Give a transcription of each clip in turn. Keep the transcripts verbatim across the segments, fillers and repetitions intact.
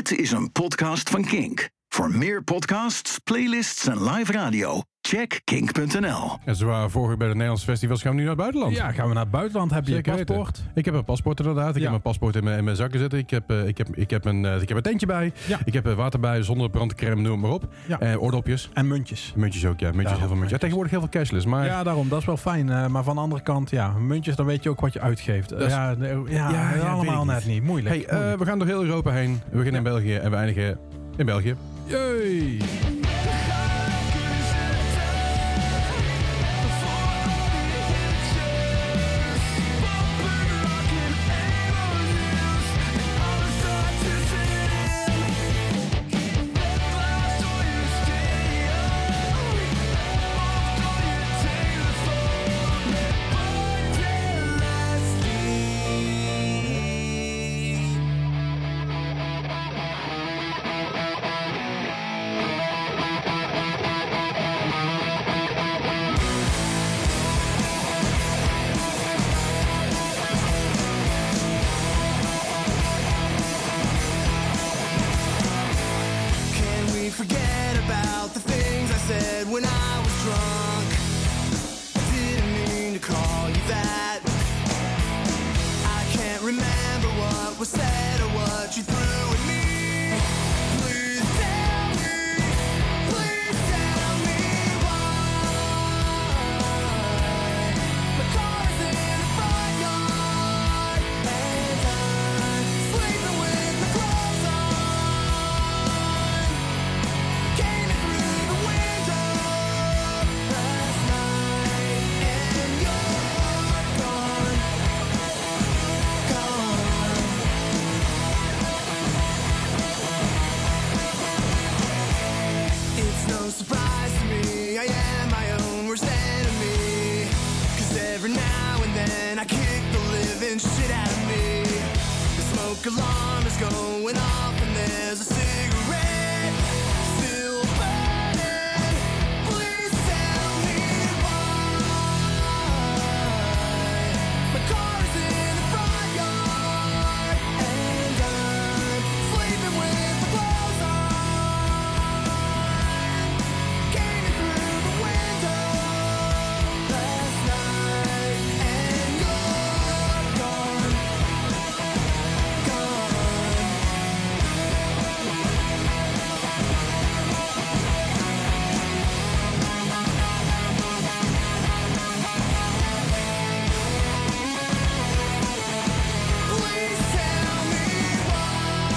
Dit is een podcast van Kink. Voor meer podcasts, playlists en live radio, check kink punt n l. En ze waren vorige bij de Nederlandse festivals. Gaan we nu naar het buitenland? Ja, gaan we naar het buitenland. Heb je Zeker een paspoort? weten. Ik heb een paspoort inderdaad. Ik Ja. heb mijn paspoort in mijn, in mijn zakken zitten. Ik heb, uh, ik, heb, ik, heb een, uh, ik heb een tentje bij. Ja. Ik heb uh, water bij, zonder brandcrème, noem maar op. Ja. Uh, oordopjes. En muntjes. Muntjes ook, ja. Muntjes, Ja, heel veel muntjes. Ja, muntjes. tegenwoordig heel veel cashless. Maar Ja, daarom. Dat is wel fijn. Uh, maar van de andere kant, ja, muntjes, dan weet je ook wat je uitgeeft. Uh, Dat is- ja, nee, ja, Ja, ja, weet allemaal ik net niet. Moeilijk. hey, uh, moeilijk. we gaan door heel Europa heen. We beginnen in België en we eindigen in België. Yay! Forget about the things I said when I was drunk. I didn't mean to call you that. I can't remember what was said or what you threw at me. Please tell me, please tell me why. My car's in the front yard and I'm sleeping with my clothes on. Came in through the window last night and you're gone, gone. It's no surprise to me, I am my own worst enemy. Cause every now and then I kick the living shit out of me. The smoke alarm is going off and there's a cigarette still burning. Please tell me why. My car's in the front yard and I'm sleeping with my clothes on. Came in through the window last night and you're gone, gone. Please tell me why.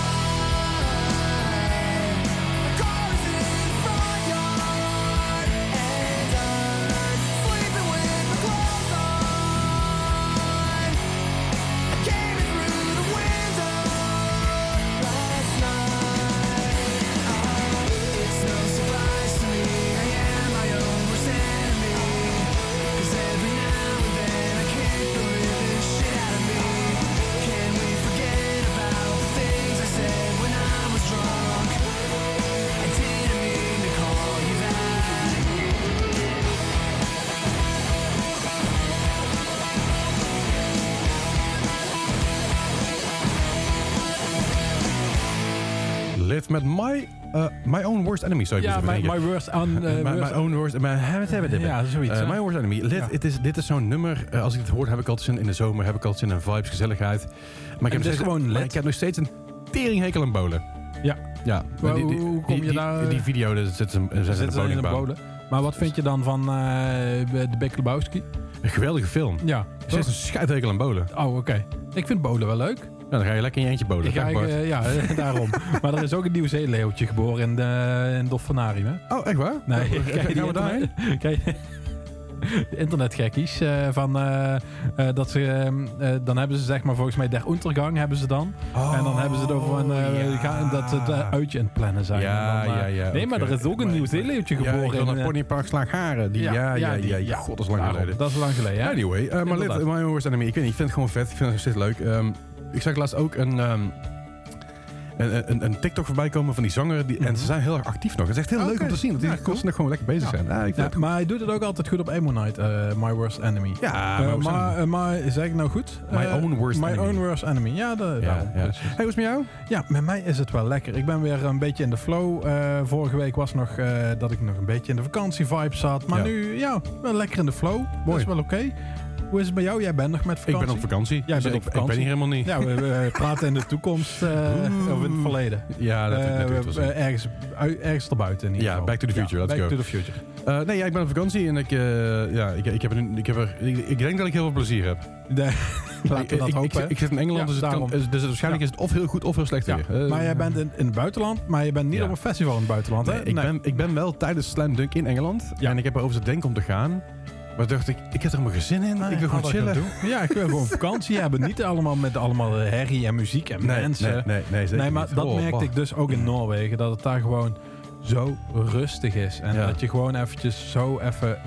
My car's in the front yard and I'm sleeping with my clothes on. I came in through the window last night. Oh, it's no surprise to me, I am my own worst enemy. 'Cause every now and then I kick the living shit out of me. Can we forget about the things I said when I was drunk? I didn't mean to call you that. Lid met My, uh, my Own Worst Enemy, zou ik Ja, moeten my, bedenken. my worst on... Uh, My, my worst- Own Worst... My, Ja, zoiets, Uh, hè? my Worst Enemy. Lid, Ja. het is, dit is zo'n nummer, uh, als ik het hoor, heb ik altijd zin in de zomer, heb ik altijd zin in vibes, gezelligheid. Maar ik heb, het is steeds- gewoon maar Lid. ik heb nog steeds een teringhekel aan bolen. Ja, Ja, Maar die, die, hoe- hoe kom die, je die, daar, Die uh, video, daar zit een, we zit een zitten in de bowlingbaan. bolen. Maar wat vind je dan van uh, de Big Lebowski? Een geweldige film. Ja, Er zit een scheidhekel aan bolen. Oh, oké. Ik vind bolen wel leuk. Ja, dan ga je lekker in je eentje bolen. Ik ga, Dag, Bart. uh, ja, daarom. Maar er is ook een nieuw zeeleeuwtje geboren in, de, in het dolfinarium, hè? Oh, echt waar? Nee, Gaan kijk, die we daarheen? internet, kijk, de internetgekkies. Uh, van, uh, uh, dat ze, uh, dan hebben ze zeg maar volgens mij der Untergang hebben ze dan. Oh, en dan hebben ze het over een, uh, ja. gaan, dat ze het uh, uitje aan het plannen zijn. Ja, en dan, uh, ja, ja. Nee, maar oké. er is ook een Maar nieuw ik- zeeleeuwtje Ja, geboren. ik wil in, naar uh, Ponypark Slaagharen. Die, ja, ja, ja, die- ja, ja. God, dat is lang Daarom, geleden. Dat is lang geleden, hè? Anyway, uh, maar Inderdaad. lid, My Worst Enemy. Ik weet niet, ik vind het gewoon vet. Ik vind het steeds leuk. Um, ik zag laatst ook een... Um, een, een, een TikTok voorbij komen van die zanger. Die, mm-hmm. En ze zijn heel erg actief nog. Het is echt heel okay. leuk om te zien. Dat die ja, cool. nog gewoon lekker bezig ja. zijn. Ja, ik ja, maar hij doet het ook altijd goed op Emo Night. Uh, My Worst Enemy. Ja, uh, maar, uh, maar zeg ik nou goed? My uh, Own Worst my Enemy. My Own Worst Enemy. Ja, de, ja, daarom. Ja. Dus. Hey, hoe is het met jou? Ja, met mij is het wel lekker. Ik ben weer een beetje in de flow. Uh, vorige week was nog uh, dat ik nog een beetje in de vakantievibe zat. Maar ja. nu, ja, wel lekker in de flow. Mooi. Dat is wel oké. Okay. Hoe is het bij jou? Jij bent nog met vakantie? Ik ben op vakantie. Jij dus bent ik, op vakantie. Ik ben hier helemaal niet. Ja, we, we praten in de toekomst uh, of in het verleden. Ja, dat, uh, dat we, uh, ergens, ergens erbuiten in ieder Ja, geval. back to the future. Ja, let's back go. to the future. Uh, nee, ja, ik ben op vakantie en ik, uh, ja, ik, ik, heb er, ik, heb er, ik, ik denk dat ik heel veel plezier heb. Nee, laten we dat ik, hopen. Ik, ik zit in Engeland, ja, dus, het kan, dus waarschijnlijk ja. is het of heel goed of heel slecht ja. weer. Uh, maar jij bent in, in het buitenland, maar je bent niet ja. op een festival in het buitenland, hè? Nee, ik, nee. Ben, ik ben wel tijdens Slam Dunk in Engeland ja. en ik heb erover te denken om te gaan. Maar dacht ik, ik heb er maar geen zin in. Nee, ik wil gewoon chillen. Ja, ik wil gewoon vakantie hebben. Niet allemaal met allemaal herrie en muziek en nee, mensen. Nee, nee, nee, zeker nee maar niet. dat oh, merkte bah. ik dus ook in Noorwegen. Dat het daar gewoon zo rustig is. En ja. dat je gewoon eventjes zo even,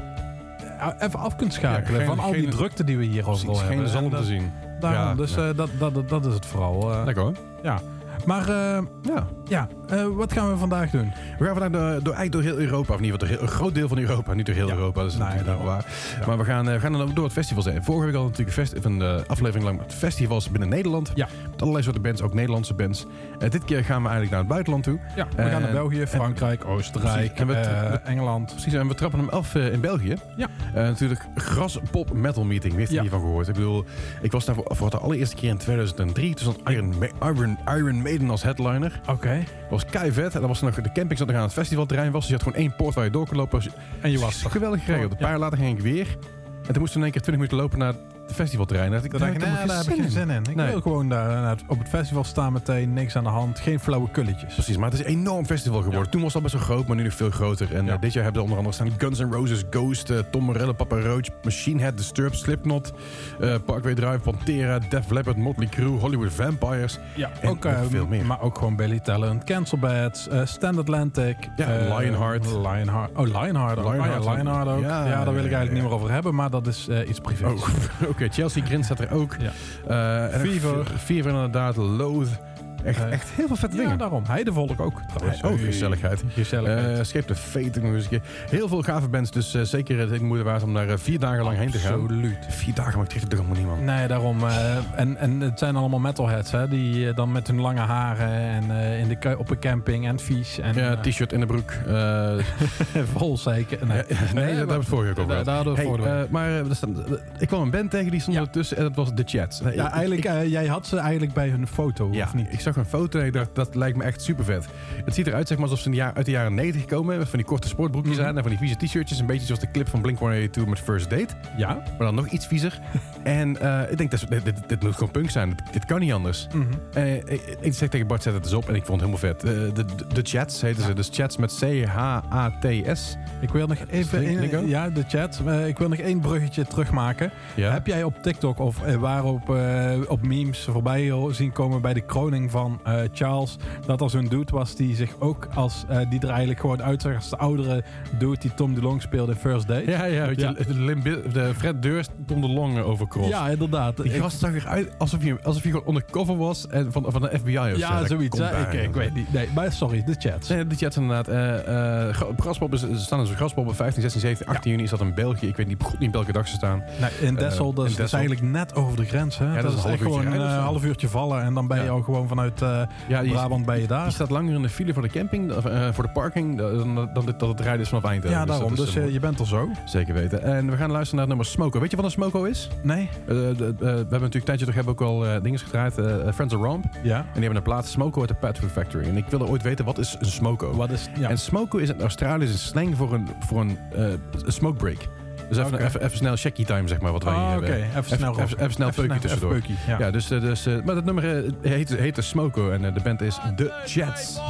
even af kunt schakelen. Ja, geen, van al die geen, drukte die we hier overal hebben. Geen zon om te zien. Daarom, ja, dus ja. Uh, dat, dat, dat is het vooral. Uh, Lekker hoor. Ja. Maar uh, ja, ja uh, wat gaan we vandaag doen? We gaan vandaag door, door, eigenlijk door heel Europa, of in ieder geval door heel, een groot deel van Europa. Niet door heel ja. Europa, dat is nee, natuurlijk waar. Ja. Maar we gaan, uh, gaan dan door het festival zijn. Vorige week hadden we natuurlijk een, festi- een uh, aflevering lang met festivals binnen Nederland. Ja. Met allerlei soorten bands, ook Nederlandse bands. Uh, dit keer gaan we eigenlijk naar het buitenland toe. Ja, we uh, gaan naar België, Frankrijk, en, Oostenrijk, en we, uh, we, Engeland. Precies, en we trappen hem af uh, in België. Ja. Uh, natuurlijk Graspop Metal Meeting, wie heeft er ja. hiervan gehoord? Ik bedoel, ik was daar voor, voor de allereerste keer in tweeduizend drie. Toen stond Iron, Ma- Iron, Iron Maiden als headliner. Oké. Okay. Dat was kei vet. En dan was er nog de camping zat nog aan het festivalterrein was. Dus je had gewoon één poort waar je door kon lopen. En je was geweldig geregeld. Een paar jaar later ging ik weer. En toen moesten we in één keer twintig minuten lopen naar het festivalterrein. Dat, dat dacht ik, nee, daar heb ik geen zin in. Ik nee. wil gewoon daar op het festival staan meteen, niks aan de hand, geen flauwe kulletjes. Precies, maar het is een enorm festival geworden. Ja. Toen was het al best wel groot, maar nu nog veel groter. En ja. uh, dit jaar hebben we onder andere staan Guns N' Roses, Ghost, uh, Tom Morello, Papa Roach, Machine Head, Disturbed, Slipknot, uh, Parkway Drive, Pantera, Def Leppard, Motley Crue, Hollywood Vampires. Ja, en ook uh, veel meer. Maar ook gewoon Billy Talent, Cancel Bats, uh, Stand Atlantic. Ja, uh, Lionheart. Lionheart. Oh, Lionheart ook. Lionheart, oh, ja, Lionheart ook. Ja, ja, daar wil ik eigenlijk ja, ja. niet meer over hebben, maar dat is uh, iets privé. Oh, Oké, okay, Chelsea Grin staat er ook. Ja. Uh, Fever. Fever inderdaad, Loathe. Echt, uh, echt heel veel vette ja, dingen. daarom. Heidevolk ook. Trouwens. Ook oh, gezelligheid. gezelligheid. Uh, Escape the Fate nog eens een keer. Heel veel gave bands, dus uh, zeker het moeite waard om daar uh, vier dagen lang heen te gaan. Absoluut. Vier dagen, maar ik trek het toch helemaal niemand. Nee, daarom. Uh, en, en het zijn allemaal metalheads, hè, die uh, dan met hun lange haren en uh, in de, op een camping en vies. En, ja, uh, t-shirt in de broek. Uh, vol zeker. Nee, nee, nee, nee dat hebben we het vorige keer over gehad. Hey, uh, maar uh, ik kwam een band tegen, die stond ja. ertussen en dat was The Chats. Ja, ik, eigenlijk, ik, uh, jij had ze eigenlijk bij hun foto, ja, of niet? Ik zag een foto en ik dacht, dat lijkt me echt super vet. Het ziet eruit zeg maar alsof ze in de jaar, uit de jaren negentig komen. Van die korte sportbroekjes mm-hmm. aan en van die vieze t-shirtjes. Een beetje zoals de clip van Blink honderdtweeënnegentig met First Date. Ja. Maar dan nog iets viezer. En uh, ik denk, dit, dit, dit moet gewoon punk zijn. Dit, dit kan niet anders. Mm-hmm. Uh, ik, ik zeg tegen Bart, zet het eens op. En ik vond het helemaal vet. Uh, de, de, de Chats heten ze. Dus Chats met C H A T S. Ik wil nog even... Een, ja, de Chats. Uh, ik wil nog één bruggetje terugmaken. Ja? Heb jij op TikTok of uh, waarop uh, op memes voorbij zien komen bij de kroning van uh, Charles, dat er zo'n dude was die zich ook als, uh, die er eigenlijk gewoon uitzag als de oudere dude die Tom DeLonge speelde in First Date. Ja, ja. ja. Je, de, de Fred Durst Tom DeLonge overcross. Ja, inderdaad. Die gast zag eruit alsof hij, alsof hij gewoon undercover was en van, van de F B I of zo. Ja, zoiets. Ik, ik weet niet. Nee, maar sorry, de Chats. Nee, de Chats inderdaad. Uh, uh, Graspop is, ze staan dus Graspop op vijftien, zestien, zeventien, achttien ja. juni is dat in België. Ik weet niet, God, niet welke dag ze staan. Nee, in Dessel, uh, dus dat is eigenlijk net over de grens. Hè? Ja, dat, dat is echt gewoon een uh, half uurtje vallen en dan ben je ja. al gewoon vanuit uh, ja, Brabant ben je daar. Je staat langer in de file voor de camping, uh, voor de parking, dan, dan dit, dat het rijden is vanaf Eindhoven. Ja, daarom. Dus, dus uh, je bent er zo. Zeker weten. En we gaan luisteren naar het nummer Smoko. Weet je wat een Smoko is? Nee. Uh, uh, uh, we hebben natuurlijk een tijdje terug hebben ook al uh, dingen gedraaid. Uh, Friends of Romp. Ja. En die hebben een plaat Smoko uit de Pet Food Factory. En ik wilde ooit weten, wat is een Smoko? Wat is, ja. En Smoko is in Australië is een slang voor een, voor een uh, smoke break. Dus even, okay. even, even snel checky time, zeg maar, wat wij oh, hier hebben. Oké, okay. even snel Even, even, even snel peukje tussendoor. Even peukie, ja. ja, dus, dus, uh, maar dat nummer uh, heet, heet de Smoko en uh, de band is The Chats.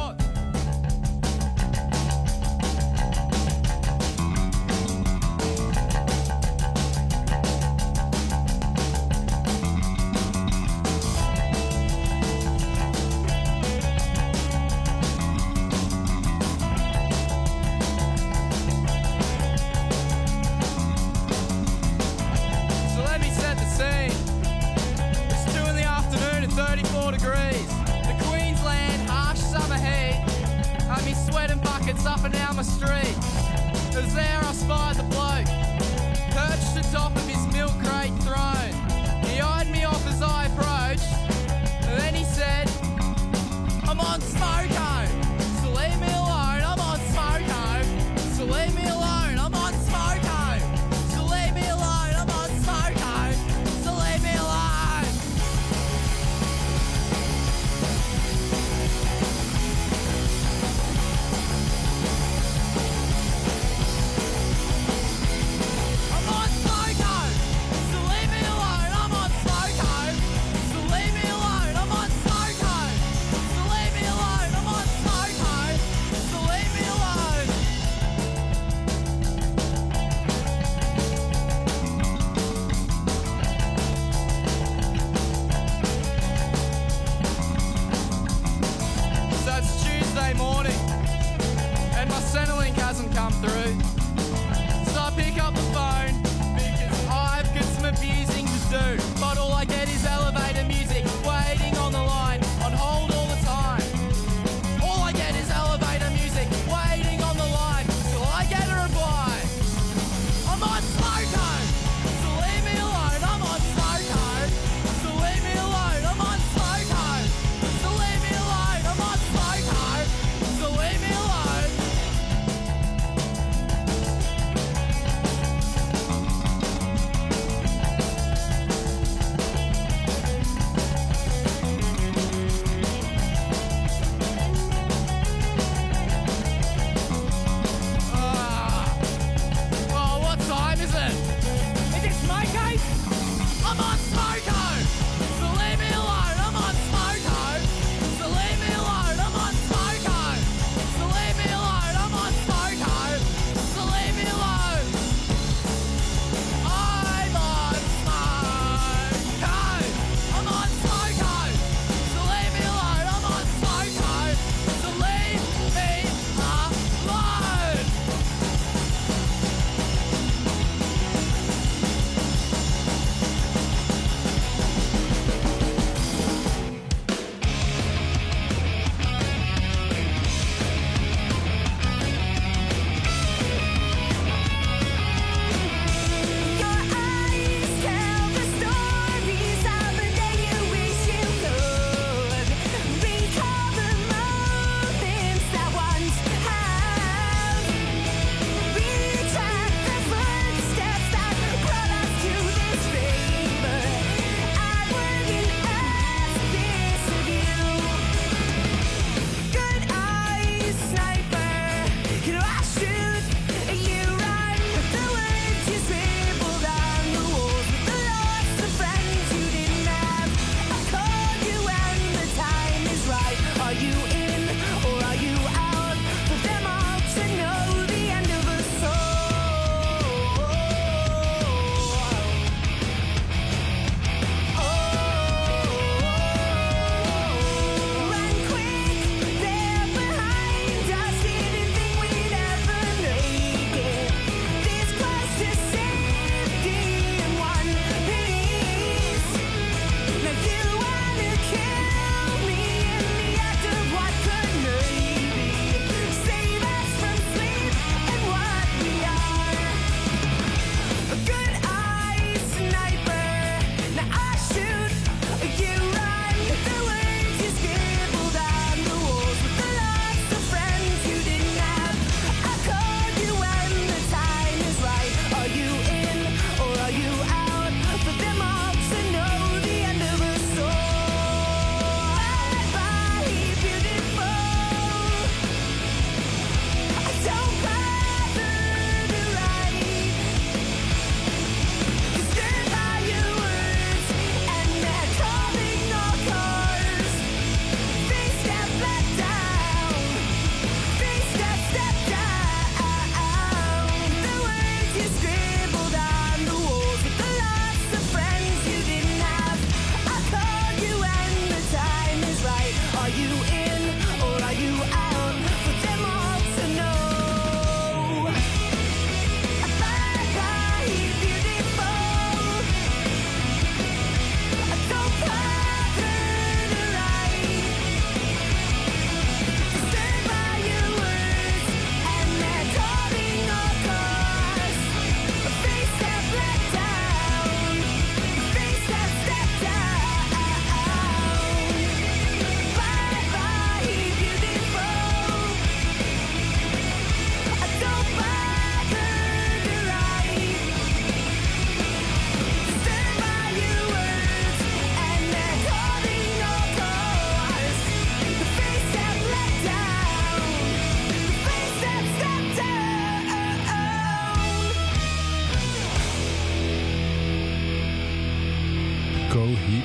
thirty-four degrees. The Queensland up and down my street. As there I spied the bloke, perched atop of his milk crate throne. He eyed me off as I approached, and then he said, I'm on smoko, so leave me alone, I'm on smoko, so leave me alone, I'm on smoko, so leave me alone, I'm on smoko, so leave me alone. I'm on smoko, so leave me alone.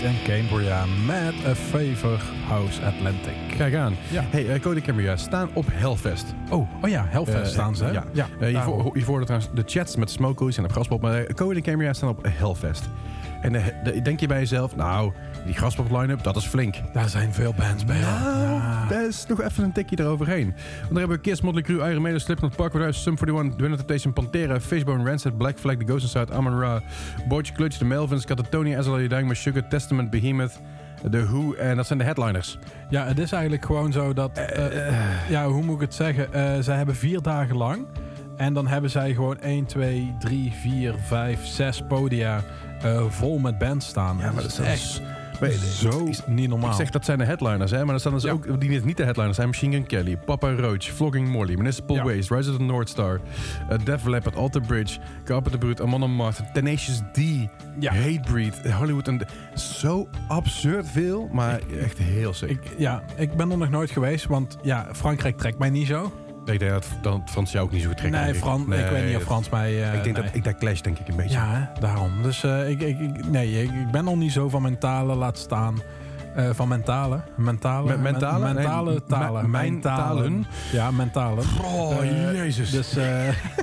en Cambria met A Favor House Atlantic. Kijk aan. Ja. Hey, uh, Code en Cambria staan op Hellfest. Oh, oh ja, Hellfest uh, staan ze. Ja. ja uh, hiervoor, hiervoor de, trouwens, de chats met Smoko's en op Graspop, maar uh, Code en Cambria staan op Hellfest. En uh, de, denk je bij jezelf, nou, die Graspop line-up, dat is flink. Daar zijn veel bands bij. Nou, ja. daar is nog even een tikje eroverheen. Want daar hebben we Kiss, Motley Crue, Iron Maiden, Slipknot, Parkway Drive, Sum forty-one, Dwayne Temptation, Pantera, Fishbone, Rancid, Black Flag, The Ghost Inside, Amon-Ra, Butch Clutch, The Melvins, Catatonia, As I Lay You Dying, Meshuggah, Testament, Behemoth, The Who, en dat zijn de headliners. Ja, het is eigenlijk gewoon zo dat... Uh, uh, ja, hoe moet ik het zeggen? Uh, zij hebben vier dagen lang. En dan hebben zij gewoon één, twee, drie, vier, vijf, zes podia uh, vol met bands staan. Ja, maar dat is echt... Zo ik, niet normaal. Ik zeg dat zijn de headliners, hè, maar er staan dus ja. ook die niet de headliners zijn. Machine Gun Kelly, Papa Roach, Flogging Molly, Municipal ja. Waste, Rise of the North Star, uh, Def Leppard, Alter Bridge, Carpenter Brut, Amon Amarth, Tenacious D, ja. Hatebreed, Hollywood en zo absurd veel, maar ik, echt heel sick. Ik, ja, ik ben er nog nooit geweest, want ja, Frankrijk trekt mij niet zo. Ik denk dat, dat Frans jou ook niet zo goed trekt. Nee, Fran, nee, ik weet niet of Frans mij... Uh, ik denk nee. dat ik daar clash denk ik een beetje. Ja, hè, daarom. Dus uh, ik, ik, ik, nee, ik, ik ben nog niet zo van mentale, laat staan... Uh, van mentale. Mentale. Me- mentale? Men, mentale nee, talen. Me- mijn talen. Ja, mentale. Oh, uh, jezus. Dus... Uh,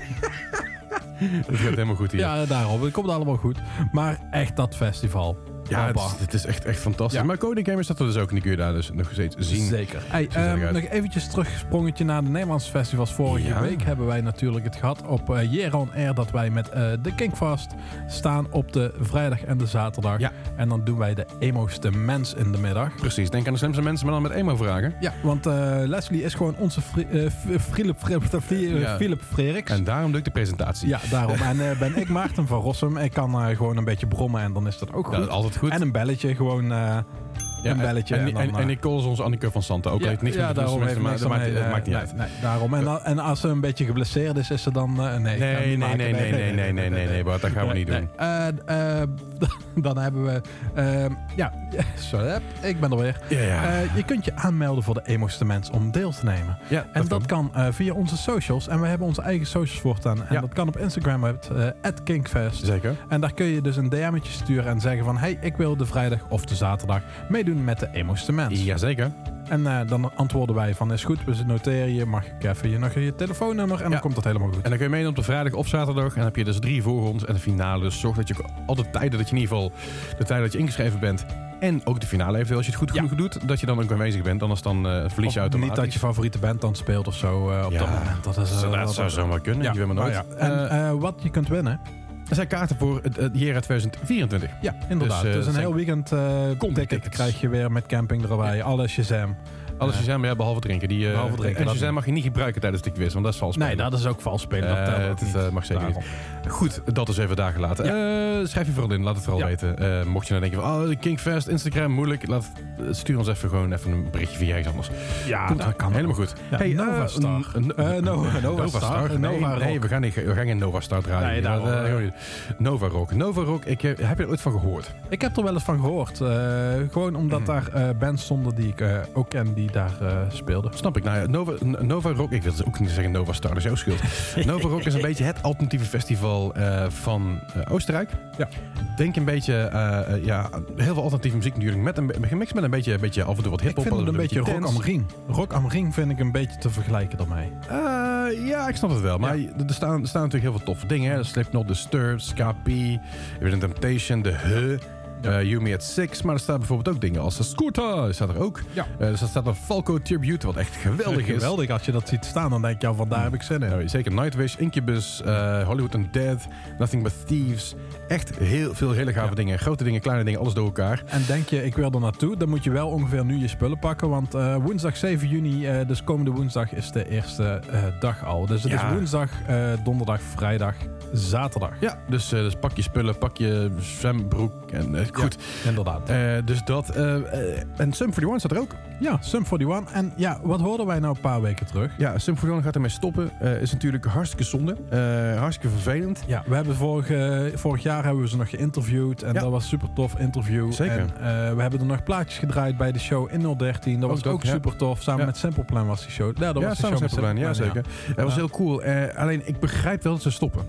het gaat helemaal goed hier. Ja, daarom. Het komt allemaal goed. Maar echt dat festival. Ja, het is, het is echt, echt fantastisch. Ja. Maar Code Gamers staat er dus ook en die kun je daar dus nog steeds zien. Zeker. Hey, um, nog eventjes terugsprongetje naar de Nederlandse festivals. Vorige ja. week hebben wij natuurlijk het gehad op uh, Year on Air dat wij met uh, de Kinkfest staan op de vrijdag en de zaterdag. Ja. En dan doen wij de emo'ste mens in de middag. Precies. Denk aan de slimste mensen, maar dan met emo vragen. Ja, want uh, Leslie is gewoon onze Fri- uh, Philip uh, ja. Freriks. En daarom doe ik de presentatie. Ja, daarom. En uh, ben ik Maarten van Rossum. Ik kan uh, gewoon een beetje brommen en dan is dat ook goed. Ja, altijd goed. En een belletje, gewoon uh, ja, een belletje. En, en, en, dan, en, en Nicole is onze Anneke van Santen. Ook ja, heeft niks ja, met de daarom heeft maar dat maakt, uh, maakt niet nee, uit. Nee, daarom. En, en als ze een beetje geblesseerd is, is ze dan... Uh, nee, nee, nee, nee, nee, nee, nee, nee, nee, nee, nee, Bart, dat gaan we niet doen. Uh, uh, dan hebben we... Uh, ja, sorry, ik ben er weer. Ja, ja. Uh, je kunt je aanmelden voor de emo'ste mens om deel te nemen. Ja, en dat kan, kan uh, via onze socials. En we hebben onze eigen socials voortaan. En ja. dat kan op Instagram, at uh, Kinkfest. Zeker. En daar kun je dus een D M'tje sturen en zeggen van... hey, ik wil de vrijdag of de zaterdag meedoen met de emo'ste mens. Jazeker. En uh, dan antwoorden wij van, is goed, we noteren je, mag ik even je, nog je telefoonnummer en ja. dan komt dat helemaal goed. En dan kun je meedoen op de vrijdag of zaterdag. En dan heb je dus drie voorrondes en de finale. Dus zorg dat je al de tijden, dat je in ieder geval de tijd dat je ingeschreven bent... en ook de finale eventueel, als je het goed genoeg ja. doet, dat je dan ook aanwezig bent. Anders dan uh, verlies je of automatisch. Niet dat je favoriete band dan speelt of zo uh, op ja. dat moment. Dat, is, uh, dat, dat dat zou zomaar kunnen. Ja. Je weet maar nooit. Oh, ja. En uh, wat je kunt winnen... Er zijn kaarten voor het, het Jera twintig vierentwintig. Ja, inderdaad. Dus, uh, dus een heel weekend uh, ticket krijg je weer met camping erbij. Ja. Alle Shazam. Alles Shazam, ja, behalve drinken. Die, uh, behalve drinken. En Shazam mag je niet gebruiken tijdens de quiz, want dat is vals spelen. Nee, dat is ook vals spelen. Uh, dat het is, uh, mag zeker Daarom. niet. Goed, dat is even daar gelaten. Ja. Uh, schrijf je vooral in, laat het vooral ja. weten. Uh, mocht je nou denken van, oh, Kinkfest, Instagram, moeilijk. Laat, stuur ons even gewoon even een berichtje via iets anders. Ja, Komt, dat kan helemaal goed. Ja, hey, Nova Star. Uh, uh, uh, Nova, Nova Star. Star. Nee, Nova nee we, gaan niet, we gaan geen Nova Star draaien. Nee, daarom, dat, uh, Nova Rock. Nova Rock, ik, heb je er ooit van gehoord? Ik heb er wel eens van gehoord. Uh, gewoon omdat mm. daar uh, bands stonden die ik uh, ook ken die daar uh, speelden. Snap ik. Nou ja, Nova, Nova Rock, ik wil dus ook niet zeggen Nova Star, dat is jouw schuld. Nova Rock is een beetje het alternatieve festival uh, van uh, Oostenrijk. Ja. Denk een beetje, uh, uh, ja, heel veel alternatieve muziek natuurlijk, met een, gemixt met een beetje, een beetje af en toe wat hip-hop. Ik vind het een, een beetje, beetje Rock am Ring. Rock am Ring vind ik een beetje te vergelijken daarmee. Uh, ja, ik snap het wel. Maar ja. er, staan, er staan natuurlijk heel veel toffe dingen. Hè. Slipknot, Disturbed, Ska P, The Temptation, The Huh. Uh, You Me at Six, maar er staan bijvoorbeeld ook dingen als de Scooter, staat er ook. Ja. Uh, dus er staat een Falco Tribute, wat echt geweldig is. Geweldig, als je dat ziet staan, dan denk je al van daar heb ik zin in. Nou, zeker Nightwish, Incubus, uh, Hollywood Undead, Nothing But Thieves. Echt heel veel hele gave ja. dingen. Grote dingen, kleine dingen, alles door elkaar. En denk je, ik wil er naartoe, dan moet je wel ongeveer nu je spullen pakken. Want uh, woensdag zeven juni, uh, dus komende woensdag, is de eerste uh, dag al. Dus het ja. is woensdag, uh, donderdag, vrijdag, zaterdag. Ja, dus, uh, dus pak je spullen, pak je zwembroek en uh, goed. Ja, inderdaad. Uh, dus dat. Uh, uh, en Sum forty-one staat er ook. Ja, Sum forty-one. En ja, wat hoorden wij nou een paar weken terug? Ja, Sum forty-one gaat ermee stoppen. Uh, is natuurlijk hartstikke zonde. Uh, hartstikke vervelend. Ja, we hebben vorige, vorig jaar hebben we ze nog geïnterviewd. En ja. dat was een super tof interview. Zeker. En uh, we hebben er nog plaatjes gedraaid bij de show in nul dertien. Dat was ook, ook ja. super tof. Samen ja. met Simple Plan was die show. Ja, dat ja, was de show met Simple Plan. Ja, zeker. Ja. Dat was heel cool. Uh, alleen, ik begrijp wel dat ze stoppen.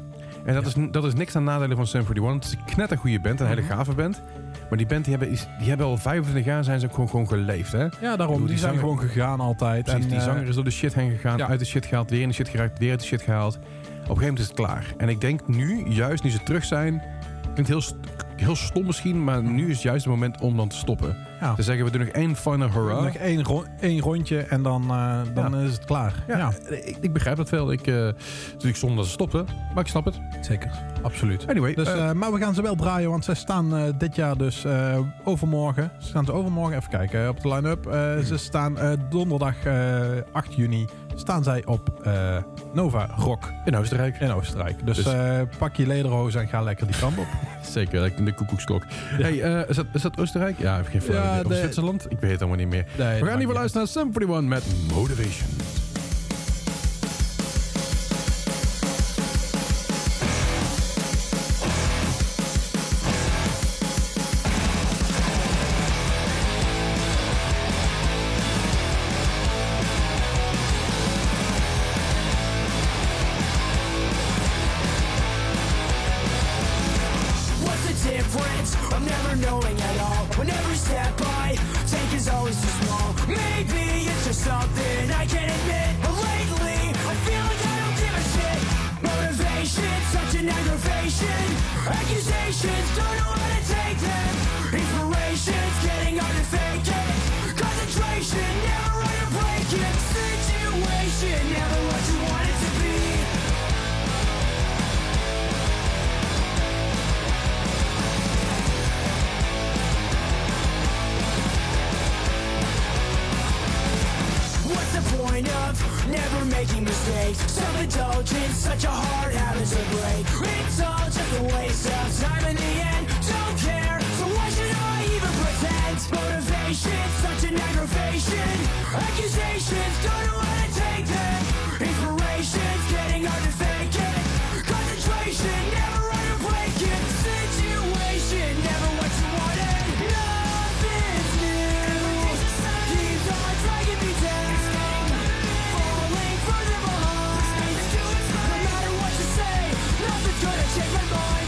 En dat, Ja. is, dat is niks aan nadelen van Sum eenenveertig. Het is een knettergoeie band, een hele Mhm. gave band. Maar die band die hebben, is, die hebben al vijfentwintig jaar zijn ze ook gewoon, gewoon geleefd. Hè? Ja, daarom. Doe, Die, die zijn zanger- gewoon gegaan altijd. Precies, en, die eh, zanger is door de shit heen gegaan, ja. uit de shit gehaald, weer in de shit geraakt, weer uit de shit gehaald. Op een gegeven moment is het klaar. En ik denk nu, juist nu ze terug zijn, klinkt heel, st- heel stom misschien, maar nu is juist het moment om dan te stoppen. Ja. Te zeggen, we doen nog één final hurrah. Nog één, ro- één rondje en dan, uh, dan Ja. is het klaar. Ja, Ja, Ik, ik begrijp dat wel. Ik, uh, natuurlijk zonde dat ze stoppen, maar ik snap het. zeker. Absoluut. Anyway, Dus, uh, uh, maar we gaan ze wel draaien, want zij staan uh, dit jaar dus uh, overmorgen. Ze staan ze overmorgen, even kijken op de line-up. Uh, ze staan uh, donderdag uh, acht juni staan zij op uh, Nova Rock in Oostenrijk. in Oostenrijk. Dus, Dus- uh, pak je lederhozen en ga lekker die kant op. Zeker, like de koekoeksklok. Hey, uh, is, dat, is dat Oostenrijk? Ja, ik heb geen flauw Ja, idee. Of de- Zwitserland? Ik weet het allemaal niet meer. Nee, we dat gaan in ieder maakt geval niet luisteren naar Sum eenenveertig met Motivation. What's the difference of never knowing at all? When every step I take is always too small. Maybe it's just something I can't admit. But lately, I feel like I don't give a shit. Motivation, such an aggravation. Accusations, don't know how to take them. Inspiration's getting hard to fake it. Concentration, never right to break it. Situation, never what you want it to be. What's the point of never making mistakes? Self-indulgence, such a hard habit to break. It's all just a waste of time in the end. Don't care, so why should I even pretend? Motivation, such an aggravation. Accusations, don't know how to take them. Inspiration's getting hard to fake it. Concentration, never right to break it. Situation, never what you wanted. Nothing's new. Keeps on dragging me down. Falling further behind. No matter what you say, nothing's gonna change my mind.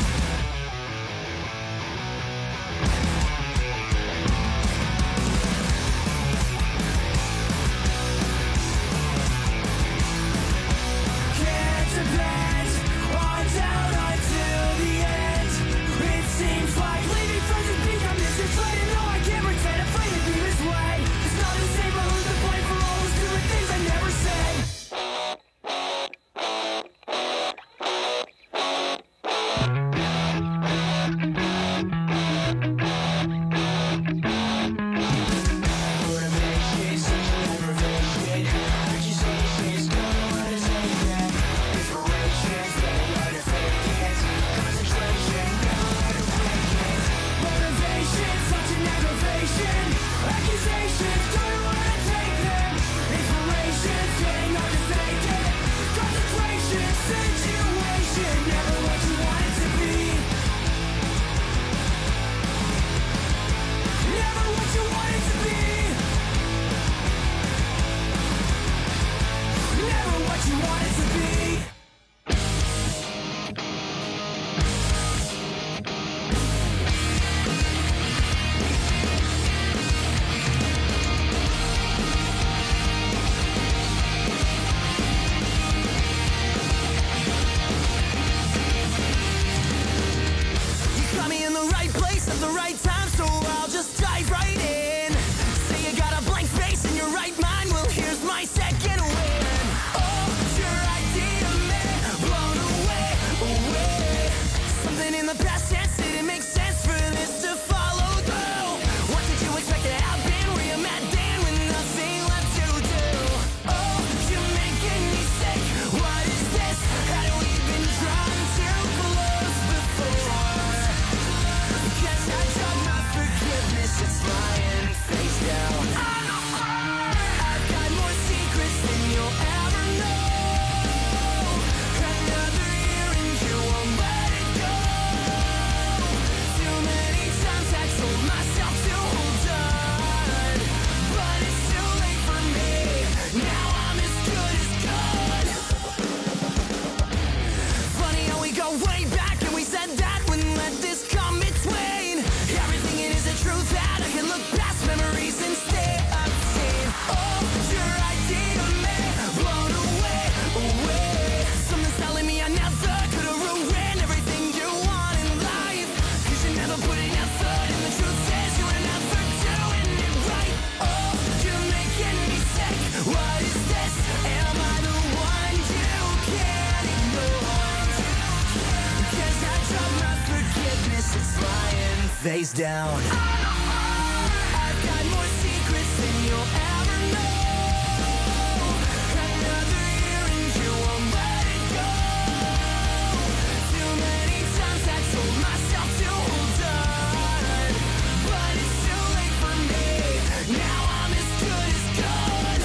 face down. I've got more secrets than you'll ever know. Another year and you won't let it go. Too many times I told myself to hold on, but it's too late for me. Now I'm as good as gone.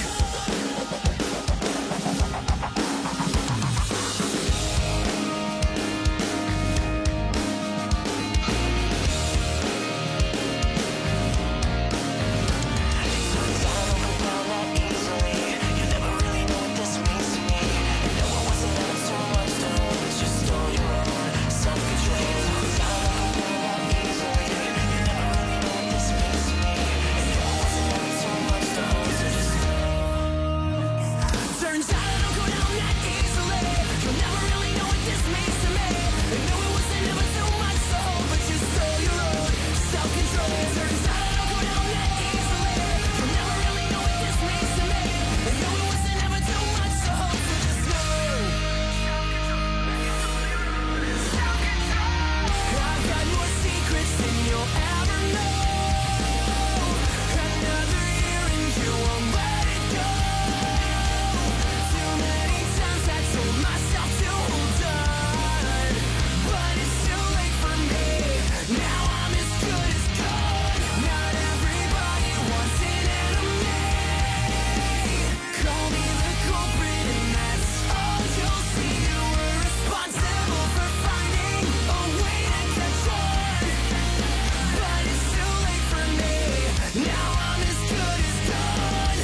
Turns out I don't go down that easily. You'll never really know what this means to me. I knew it wasn't ever too much to hold, but you stole your own self-control. Turns out I don't go down that easily. You'll never really know what this means to me. I knew it wasn't ever too much to hold, so just know. I've got more secrets than you'll ever know. Another year and you won't let it go. Too many times I told myself to hold on, but it's too late for me. Now I'm as good as gone. Not everybody wants an enemy. Call me the culprit and that's all you'll see. You were responsible for finding a way to catch on, but it's too late for me. Now I'm as good as gone.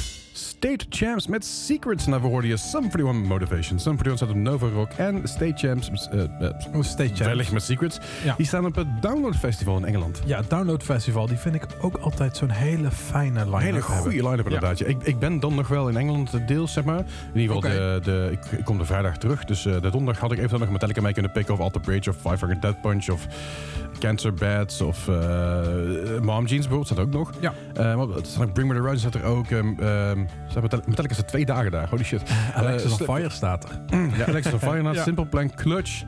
State Champs met Secrets. En daarvoor hoorde je Sum forty-one Motivation. Sum forty-one staat op Nova Rock. En State Champs, uh, uh, Oh, State Champs. wellicht met Secrets, Ja. die staan op het Download Festival in Engeland. Ja, het Download Festival, die vind ik ook altijd zo'n hele fijne line-up Een hele goede hebben. line-up inderdaad. Ja. Ik, ik ben dan nog wel in Engeland deels, zeg maar. In ieder geval, Oké. de, de, ik, ik kom de vrijdag terug. Dus uh, de donderdag had ik eventueel nog Metallica mee kunnen pikken. Of Alter Bridge, of Five Finger Death Punch, of Cancer Bats, of uh, Mom Jeans bijvoorbeeld staat ook nog. Ja. Uh, maar het staat ook Bring Me The Horizon staat er ook. Um, um, staat Metallica, Metallica staat twee dagen daar. Holy shit. Alexis Uh, on Slip- Fire staat er. Ja, Alexis on Fire inderdaad. Ja. Simple Plan, Clutch,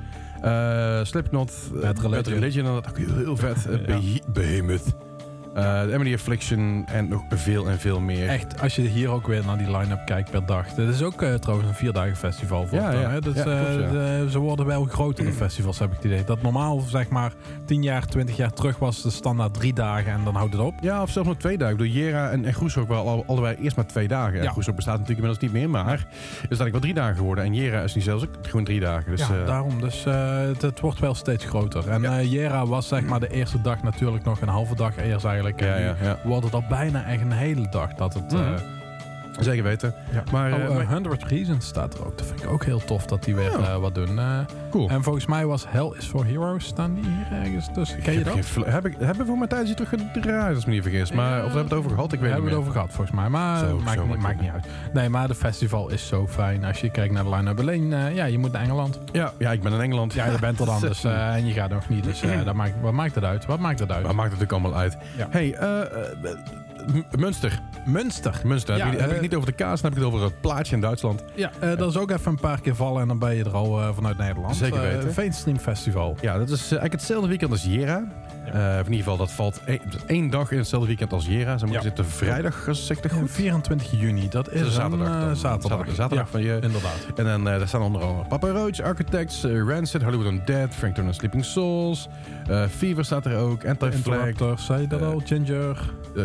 uh, Slipknot, uh, Bad Religion. Bad Religion inderdaad ook heel, heel vet. Uh, Beh- Behemoth. Uh, The Emily Affliction en nog veel en veel meer. Echt, als je hier ook weer naar die line-up kijkt per dag. Dit is ook uh, trouwens een vier dagen festival. Voor Ja, dan, ja. hè? Dus, Ja, uh, klopt, ja. de- ze worden wel grotere festivals, heb ik het idee. Dat normaal, zeg maar, tien jaar, twintig jaar terug was de standaard drie dagen en dan houdt het op. Ja, of zelfs nog twee dagen. Ik bedoel, Jera en, en Groesrock waren alle, allebei eerst maar twee dagen. Ja. Ja. Groesrock bestaat natuurlijk inmiddels niet meer, maar het is eigenlijk wel drie dagen geworden. En Jera is nu zelfs ook gewoon drie dagen. Dus, ja, uh, daarom. Dus uh, het, het wordt wel steeds groter. En Ja. uh, Jera was zeg maar de eerste dag natuurlijk nog een halve dag eerst eigenlijk. Ja, En nu ja, ja. wordt het al bijna echt een hele dag dat het... Uh, Mhm. Zeker weten. ja. Maar, oh, uh, uh, maar- honderd Reasons staat er ook. Dat vind ik ook heel tof dat die weer Ja. uh, wat doen. Uh, Cool. En volgens mij was Hell is for Heroes, staan die hier ergens tussen. Ken je Ik heb dat? geen fl- heb ik, hebben we voor mijn tijdje teruggedraaid, als ik me niet vergis. Maar, of we hebben het over gehad, ik weet Daar het hebben niet we meer. het over gehad volgens mij. Maar Zo, uh, maakt, zo niet, maar maakt niet uit. Nee, maar de festival is zo fijn. Als je kijkt naar de line-up. Alleen, uh, ja, je moet naar Engeland. Ja, ja, ik ben in Engeland. Ja, je bent er dan. Dus, uh, en je gaat nog niet. Dus uh, dat maakt, wat maakt het uit? Wat maakt het uit? Maar maakt het natuurlijk allemaal uit. Ja. Hey, uh, uh, M- Münster. Münster. Münster. Ja, heb, ik, heb uh, ik niet over de kaas, dan heb ik het over het plaatje in Duitsland. Ja, uh, dat is ook even een paar keer vallen en dan ben je er al uh, vanuit Nederland. Zeker weten. Uh, Veenstream Festival. Ja, dat is uh, eigenlijk hetzelfde weekend als Jera. Ja. Uh, in ieder geval, dat valt één, één dag in hetzelfde weekend als Jera. Ze moeten Ja. zitten vrijdag, als ik het Ja, goed. vierentwintig juni, dat is een zaterdag. Een, uh, dan. zaterdag. Zaterdag, zaterdag Ja, van je. inderdaad. En dan uh, daar staan onder andere Papa Roach, Architects, uh, Rancid, Hollywood Undead, Frank Turner Sleeping Souls. Uh, Fever staat er ook, Anti-Flag. Interrupters, zei je dat Uh, al? Ginger. Uh,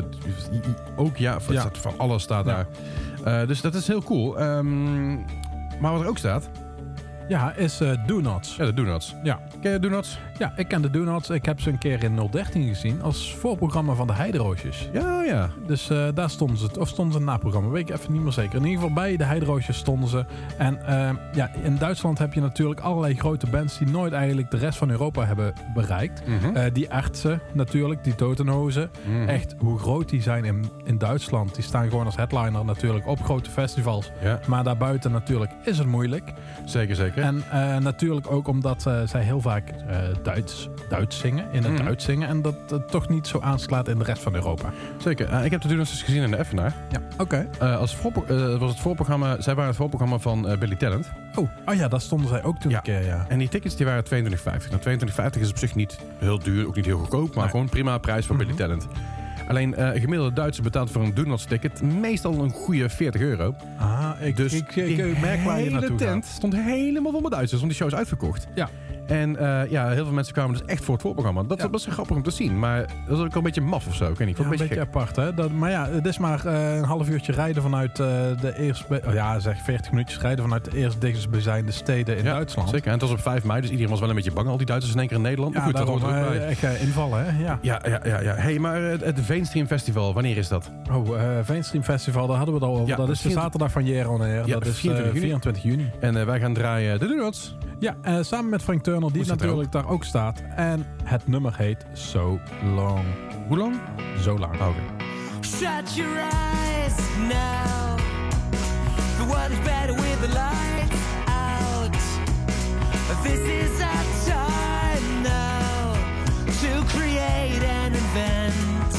ook ja, Ja. Staat, van alles staat Ja. daar. Uh, dus dat is heel cool. Um, maar wat er ook staat, Ja, is uh, Do Nots. ja, de Do-Nots. Ja. Ken je Do-Nots? Ja, ik ken de Do Nots. Ik heb ze een keer in nul dertien gezien als voorprogramma van de Heideroosjes. Ja, ja. Dus uh, daar stonden ze, of stonden ze een naprogramma, weet ik even niet meer zeker. In ieder geval bij de Heideroosjes stonden ze. En uh, ja, in Duitsland heb je natuurlijk allerlei grote bands die nooit eigenlijk de rest van Europa hebben bereikt. Mhm. Uh, die Artsen natuurlijk, die Totenhozen. Mhm. Echt, hoe groot die zijn in, in Duitsland. Die staan gewoon als headliner natuurlijk op grote festivals. Ja, Maar daarbuiten natuurlijk is het moeilijk. zeker, zeker. Zeker. En uh, natuurlijk ook omdat uh, zij heel vaak uh, Duits, Duits zingen, in het mm. Duits zingen. En dat uh, toch niet zo aanslaat in de rest van Europa. Zeker. Uh, ik heb de Duna's dus gezien in de Effenaar. Ja, oké. Okay. Uh, als voorpro- uh, was het voorprogramma, zij waren het voorprogramma van uh, Billy Talent. Oh, oh ja, daar stonden zij ook toen ja. een keer, ja. En die tickets die waren tweeëntwintig vijftig. Nou, tweeëntwintig vijftig is op zich niet heel duur, ook niet heel goedkoop, maar nee. gewoon prima prijs voor mm-hmm. Billy Talent. Alleen uh, een gemiddelde Duitser betaalt voor een Donuts ticket meestal een goede veertig euro. Ah, ik, dus ik, ik, ik merk waar je naartoe tent gaat. stond helemaal vol met Duitsers, want die show is uitverkocht. Ja. En uh, ja, heel veel mensen kwamen dus echt voor het voorprogramma. Dat ja. was grappig om te zien, maar dat was ook wel een beetje maf of zo. Ik weet niet, ja, een beetje, beetje apart, hè? Dat, maar ja, het is maar uh, een half uurtje rijden vanuit uh, de eerst... Oh ja, zeg veertig minuutjes rijden vanuit de eerst dichtstbijzijnde steden in ja, Duitsland. Zeker, en het was op vijf mei, dus iedereen was wel een beetje bang. Al die Duitsers in één keer in Nederland. Ja, maar goed, daarom, dat hoort er ook bij. Echt uh, invallen, hè? Ja, ja, ja, ja. ja. Hey, maar het, het Veenstream Festival, wanneer is dat? Oh, uh, Veenstream Festival, daar hadden we het al over. Ja, dat is de zaterdag van Year on Air. Ja, dat is uh, vierentwintig juni. En uh, wij gaan draaien de Donuts. Ja, uh, samen met Frank Turner, die natuurlijk daar ook staat. En het nummer heet So Long. Hoe lang? Zo lang. Oh, okay. Shut your eyes now. The world is better with the lights out. This is our time now to create and invent.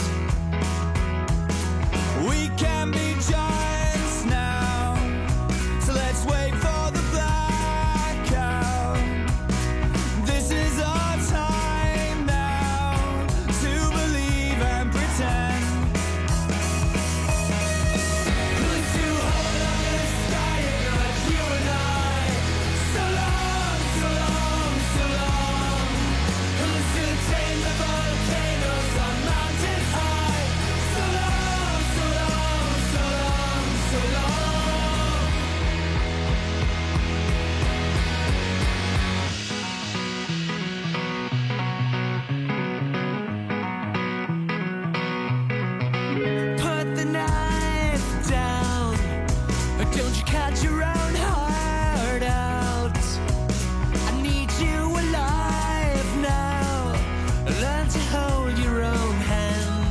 We can be giants now. So let's wait for the blackout. This is our time now to believe and pretend. Who's to hold up in the sky like you and I? So long, so long, so long. Who's to tame the volcanoes on mountains high? So long, so long, so long, so long. Put the knife down. Don't you cut your own heart out. I need you alive now. Learn to hold your own hand.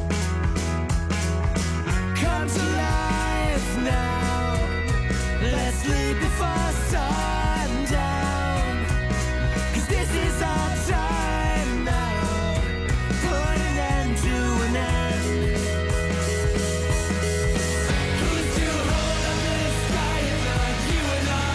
Come to life now. Let's leave before sundown. 'Cause this is our time now. Put an end to an end. Who's to hold up in the sky like you and I?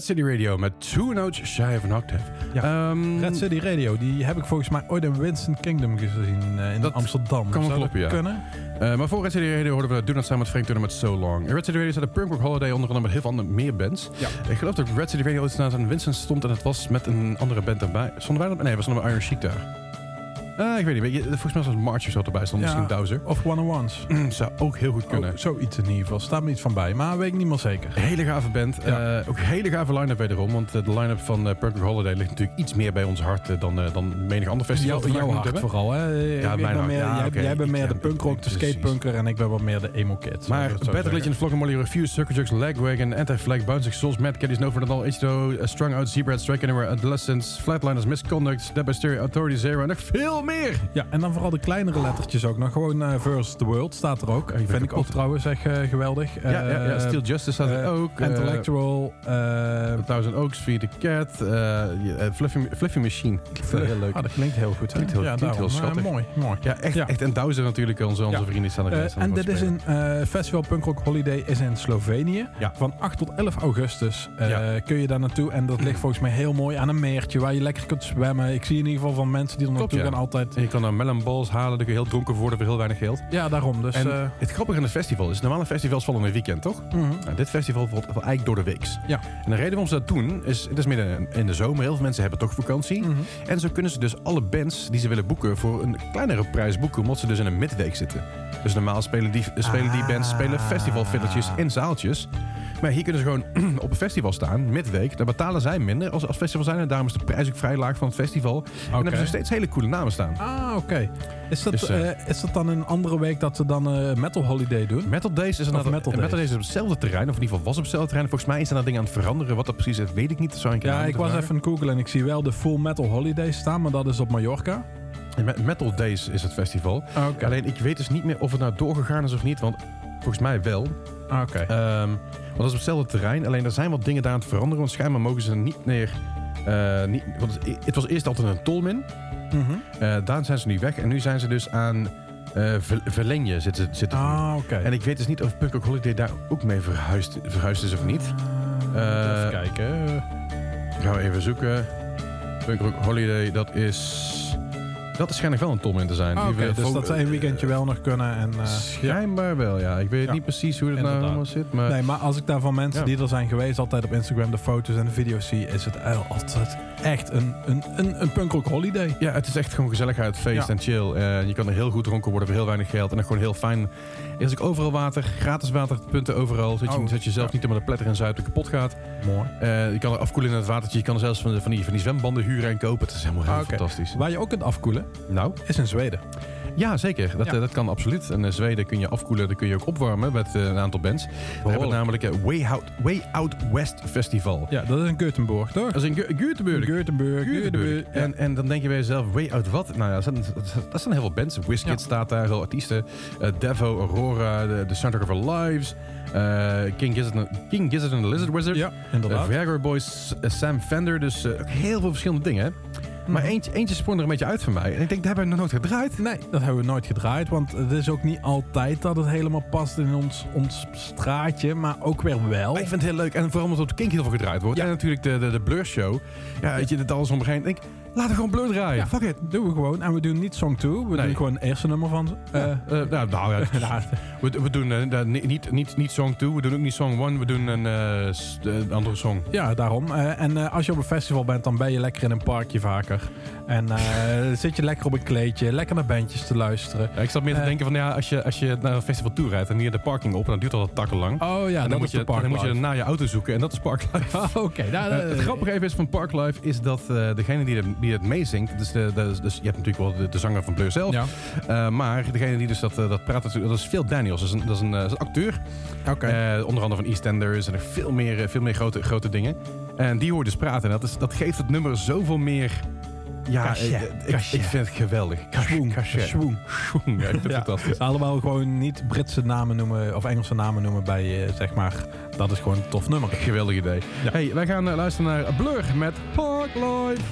Red City Radio met Two Notes Shy of an Octave. Ja. Um, Red City Radio, die heb ik volgens mij ooit in Winston Kingdom gezien uh, in dat Amsterdam. Kan wel kloppen, ja. Kunnen? Uh, maar voor Red City Radio hoorden we Do Not samen met Frank Turner met So Long. Red City Radio staat de Punk Rock Holiday onder andere met heel veel andere meer bands. Ja. Ik geloof dat Red City Radio ooit aan Winston stond en het was met een andere band erbij. Stonden wij dat? Nee, we stonden met Iron Chic daar. Uh, ik weet niet, volgens mij was het March of zo erbij stond, ja, misschien Dowser. Of one-on-ones. Zou ook heel goed kunnen. Oh, zoiets in ieder geval, staat me niet van bij, maar weet ik niet meer zeker. Hele gave band, ja. uh, ook hele gave line-up wederom, want uh, de line-up van uh, Punk Rock Holiday ligt natuurlijk iets meer bij ons hart uh, dan, uh, dan menig ander festival. Jou, jouw hart hebben. Vooral, hè? Ja, mijn hart. Meer, Ja, jij, okay. jij bent meer ik, de punkrock, de skatepunker en ik ben wat meer de emo-kid. Maar Better Legend, Flock and Molly, Refuse, Circle Jerks, Lagwagon, Anti-Flag, Bouncing Souls, Mad Caddies, No For The All, H two O, uh, Strung Out, Zebrahead, Strike Anywhere, Adolescence, Flatliners, Misconduct, Dead by Stereo, Authority Zero en nog veel meer. Ja, en dan vooral de kleinere lettertjes ook nog. Gewoon uh, Versus the World staat er ook. Ja, vind ik ook trouwens echt uh, geweldig. Ja, ja, ja, Steel Justice staat er uh, ook. Intellectual. Uh, A Thousand Oaks, Feed the Cat, uh, uh, Fluffy, Fluffy Machine. Heel leuk. Ah, dat klinkt heel goed. Klinkt heel, ja, klinkt heel schattig. Uh, mooi, mooi. Ja, echt, ja. echt. En Dowser natuurlijk, onze, onze ja. vrienden staan er. Uh, en dit is een uh, Festival Punk Rock Holiday is in Slovenië. Ja. Van acht tot elf augustus uh, ja. kun je daar naartoe. En dat ligt volgens mij heel mooi aan een meertje waar je lekker kunt zwemmen. Ik zie in ieder geval van mensen die er naartoe ja. gaan altijd. En je kan dan melon balls halen, dan kun je heel dronken worden voor heel weinig geld. Ja, daarom. Dus, en uh, het grappige aan het festival is, normale festivals vallen in een weekend, toch? Mm-hmm. Nou, dit festival valt eigenlijk door de weeks. Ja. En de reden waarom ze dat doen, is het is midden in de zomer. Heel veel mensen hebben toch vakantie. Mm-hmm. En zo kunnen ze dus alle bands die ze willen boeken voor een kleinere prijs boeken, omdat ze dus in een midweek zitten. Dus normaal spelen die, spelen ah. die bands spelen festivalfilletjes in zaaltjes. Maar hier kunnen ze gewoon op een festival staan, midweek. Daar betalen zij minder als, als festival zijn. En daarom is de prijs ook vrij laag van het festival. Okay. En dan hebben ze steeds hele coole namen staan. Ah, oké. Okay. Is, dus, uh, uh, is dat dan een andere week dat ze dan uh, Metal Holiday doen? Metal Days is, Metal Metal Days. Metal Days is op hetzelfde terrein. Of in ieder geval was op hetzelfde terrein. Volgens mij zijn er dingen aan het veranderen. Wat dat precies is, weet ik niet. Dat zou ik ja, ik was vragen. even googlen en ik zie wel de Full Metal Holiday staan. Maar dat is op Mallorca. Metal Days is het festival. Oh, okay. Alleen ik weet dus niet meer of het nou doorgegaan is of niet. Want volgens mij wel. Ah, oké. Okay. Um, want dat is op hetzelfde terrein. Alleen er zijn wat dingen daar aan het veranderen. Want schijnbaar mogen ze niet meer... Uh, niet, want het, het was eerst altijd een tolmin. Mm-hmm. Uh, daar zijn ze nu weg. En nu zijn ze dus aan uh, Verlenje zitten, zitten ah, oké. Okay. En ik weet dus niet of Punk Rock Holiday daar ook mee verhuisd, verhuisd is of niet. Uh, uh, even kijken. Gaan we even zoeken. Punk Rock Holiday, dat is... Dat is schijnlijk wel een tolmin te zijn. Ah, Oké, okay, dus vo- dat ze één weekendje wel nog kunnen. En, uh, schijnbaar ja. wel, ja. Ik weet ja. niet precies hoe het Inderdaad. nou allemaal zit. Maar... Nee, maar als ik daar van mensen ja. die er zijn geweest... altijd op Instagram de foto's en de video's zie... is het altijd echt een, een, een, een punkrock holiday. Ja, het is echt gewoon gezelligheid, feest ja. en chill. Uh, je kan er heel goed dronken worden voor heel weinig geld. En dan gewoon heel fijn. Er is ook overal water. Gratis waterpunten overal. Zodat je, oh, zodat je zelf ja. niet helemaal de pletter en zuipen kapot gaat. Mooi. Uh, je kan er afkoelen in het watertje. Je kan er zelfs van, van, die, van die zwembanden huren en kopen. Het is helemaal heel ah, okay. fantastisch. Waar je ook kunt afkoelen... Nou? Is in Zweden. Ja, zeker. Dat, ja. uh, dat kan absoluut. In uh, Zweden kun je afkoelen, dan kun je ook opwarmen met uh, een aantal bands. We hebben namelijk het uh, Way, Out, Way Out West Festival. Ja, dat is in Göteborg, toch? Dat is in G- Göteborg. Göteborg. Göteborg. Ja. En, en dan denk je bij jezelf, Way Out wat? Nou ja, dat zijn, dat zijn heel veel bands. Wizkid ja. staat daar, veel artiesten. Uh, Devo, Aurora, The, the Soundtrack of Our Lives. Uh, King Gizzard, King Gizzard and the Lizard Wizard. Ja, inderdaad. Uh, Viagra Boys, uh, Sam Fender. Dus uh, ook heel veel verschillende dingen. Maar eentje, eentje sprong er een beetje uit van mij. En ik denk, dat hebben we nog nooit gedraaid. Nee, dat hebben we nooit gedraaid. Want het is ook niet altijd dat het helemaal past in ons, ons straatje. Maar ook weer wel. Maar ik vind het heel leuk. En vooral omdat het op de Kink heel veel gedraaid wordt. Ja. En natuurlijk de, de, de Blur Show. Ja, weet je, dat alles om begint. Ik denk, laten we gewoon Blur draaien. Ja, fuck it. Doen we gewoon. En we doen niet song two. We nee. doen gewoon het eerste nummer van ze. Uh, ja. uh, nou, nou ja. we, we doen uh, niet, niet, niet song two. We doen ook niet song one. We doen een uh, andere song. Ja, daarom. Uh, en uh, als je op een festival bent, dan ben je lekker in een parkje vaker. En uh, zit je lekker op een kleedje, lekker naar bandjes te luisteren. Ja, ik zat meer te uh, denken van, ja, als je, als je naar een festival toe rijdt en hier de parking op, en dan duurt dat takken lang. Oh ja, en dan, moet je, dan moet je naar je auto zoeken en dat is Parklife. Oh, Oké. Okay. Nou, uh, het grappige even is van Parklife is dat uh, degene die, de, die het meezingt, dus, de, de, dus je hebt natuurlijk wel de, de zanger van Blur zelf, ja. uh, maar degene die dus dat, uh, dat praat, dat is Phil Daniels. Dat is een, dat is een, uh, dat is een acteur. Okay. Uh, onder andere van EastEnders en nog veel meer, uh, veel meer grote, grote dingen. En die hoort dus praten. En dat, is, dat geeft het nummer zoveel meer... Ja, Kasje, ik, ik, ik vind het geweldig. Schwoen. Schwoen. Ja, ik vind het ja. fantastisch. Allemaal gewoon niet Britse namen noemen of Engelse namen noemen bij, uh, zeg maar. Dat is gewoon een tof nummer. Geweldig idee. Ja. Hey, wij gaan uh, luisteren naar Blur met Parklife.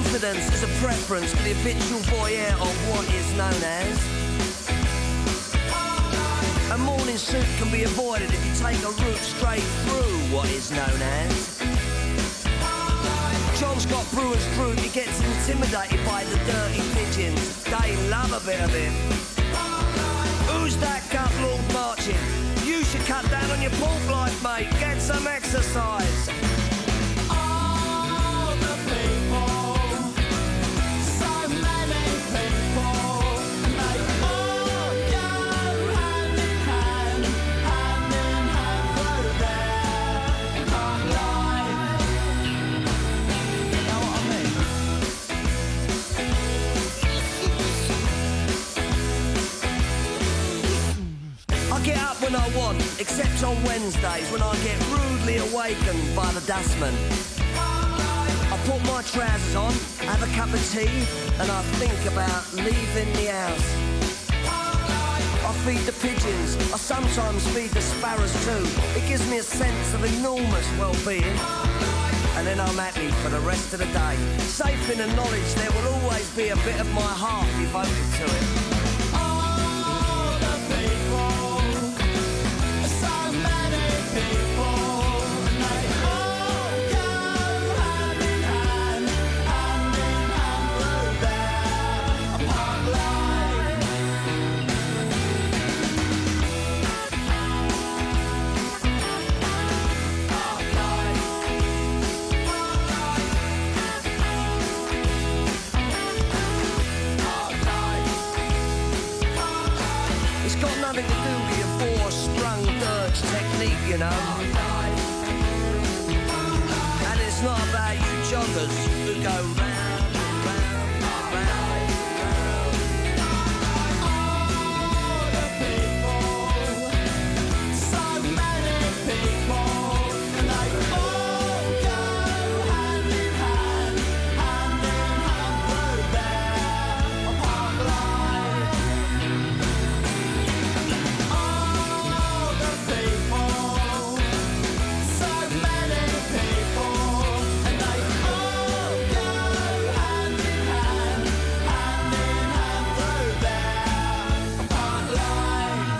Confidence is a preference for the habitual voyeur of what is known as. A morning suit can be avoided if you take a route straight through what is known as. John's got brewer's fruit, he gets intimidated by the dirty pigeons. They love a bit of him. Who's that gut lord marching? You should cut down on your pork life, mate. Get some exercise. All the people, so many people, and they all go hand in hand, hand in hand through their life. You know what I mean? I get up when I want, except on Wednesdays when I get rudely awakened by the dustman. I put my trousers on, have a cup of tea, and I think about leaving the house. I feed the pigeons, I sometimes feed the sparrows too. It gives me a sense of enormous well-being. And then I'm happy for the rest of the day, safe in the knowledge there will always be a bit of my heart devoted to it. All the people, so many people, and they all go hand in hand, hand in hand through their punk life. It's got nothing to do with your four-strung dirge technique, you know. And it's not about you joggers who go round, round, round, round. All the people, so many people, and they all go hand in hand, hand in hand through their punk life. All the people, so many people, and they all go hand in hand, hand in hand through their punk life.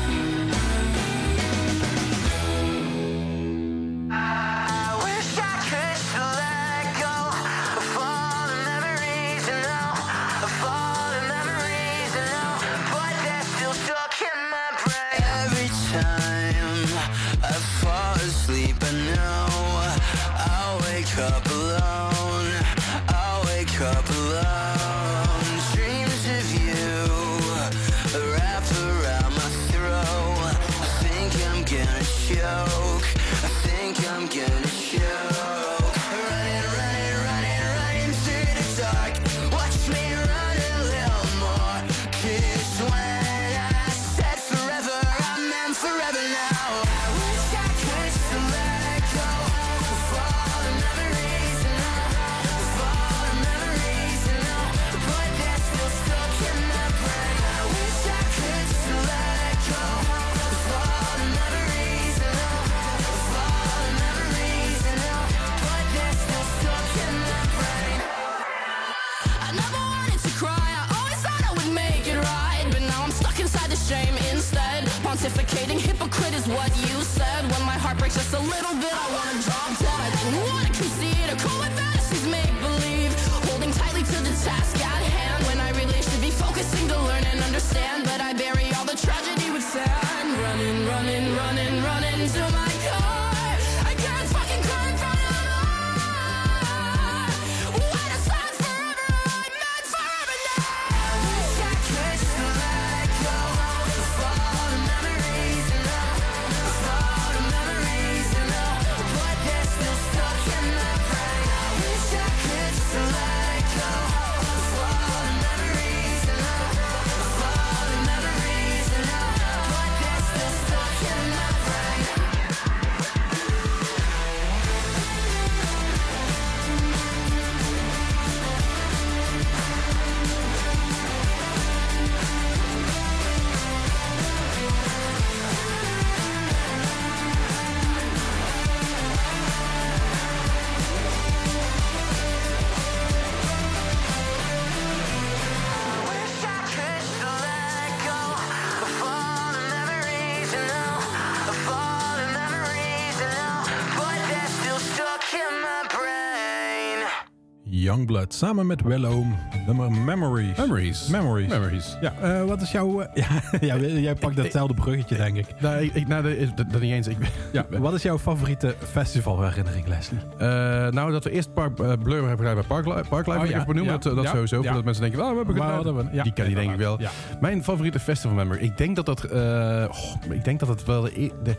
I wish I could let go of all the memories and all, of all the memories and all, but they're still stuck in my brain. Every time I fall asleep, I know I'll wake up alone. I'll wake up alone. Dreams of you wrap around my throat. I think I'm gonna choke. I think I'm gonna choke. Running, running, running, running through the dark. Watch me run a little more. 'Cause when I said forever, I meant forever now. I wish I could still let go of all the memories and all, of all the memories and all, but they're still stuck in my brain. I wish I could still let go of all the memories and all, of all the memories and all, but they're still stuck in my brain. I never wanted to cry, I always thought I would make it right, but now I'm stuck inside the shame instead. Pontificating hypocrite is what you said. When my heart breaks just a little bit, I wanna drop dead. I didn't wanna concede or call my fantasies make believe, holding tightly to the task at hand when I really should be focusing to learn and understand. But I bury all the tragedy with sand. Running, running, running, running to my car. I can't fucking cry in front of the light. When I said forever, I meant forever now. I wish I could still let go of all the memories and all, of all the memories and all, but they're Youngblood samen met Willow. Nummer Memories. Memories. Memories. Memories. Ja, uh, wat is jouw... Uh, ja, ja, jij pakt datzelfde bruggetje, denk ik. Nee, ik, nou, dat, dat, dat niet eens. Ik, ja, wat is jouw favoriete festivalherinnering, Leslie? Uh, nou, dat we eerst Park, uh, Blur hebben gedaan bij Parklife. Parklife oh, ja, even benoemen. Ja, dat dat ja, sowieso. Ja. Dat mensen denken, oh, we hebben gedaan. We, ja, die ken je denk ik wel. Ja. Mijn favoriete festival memory. Ik denk dat dat... Uh, oh, ik denk dat het wel de... de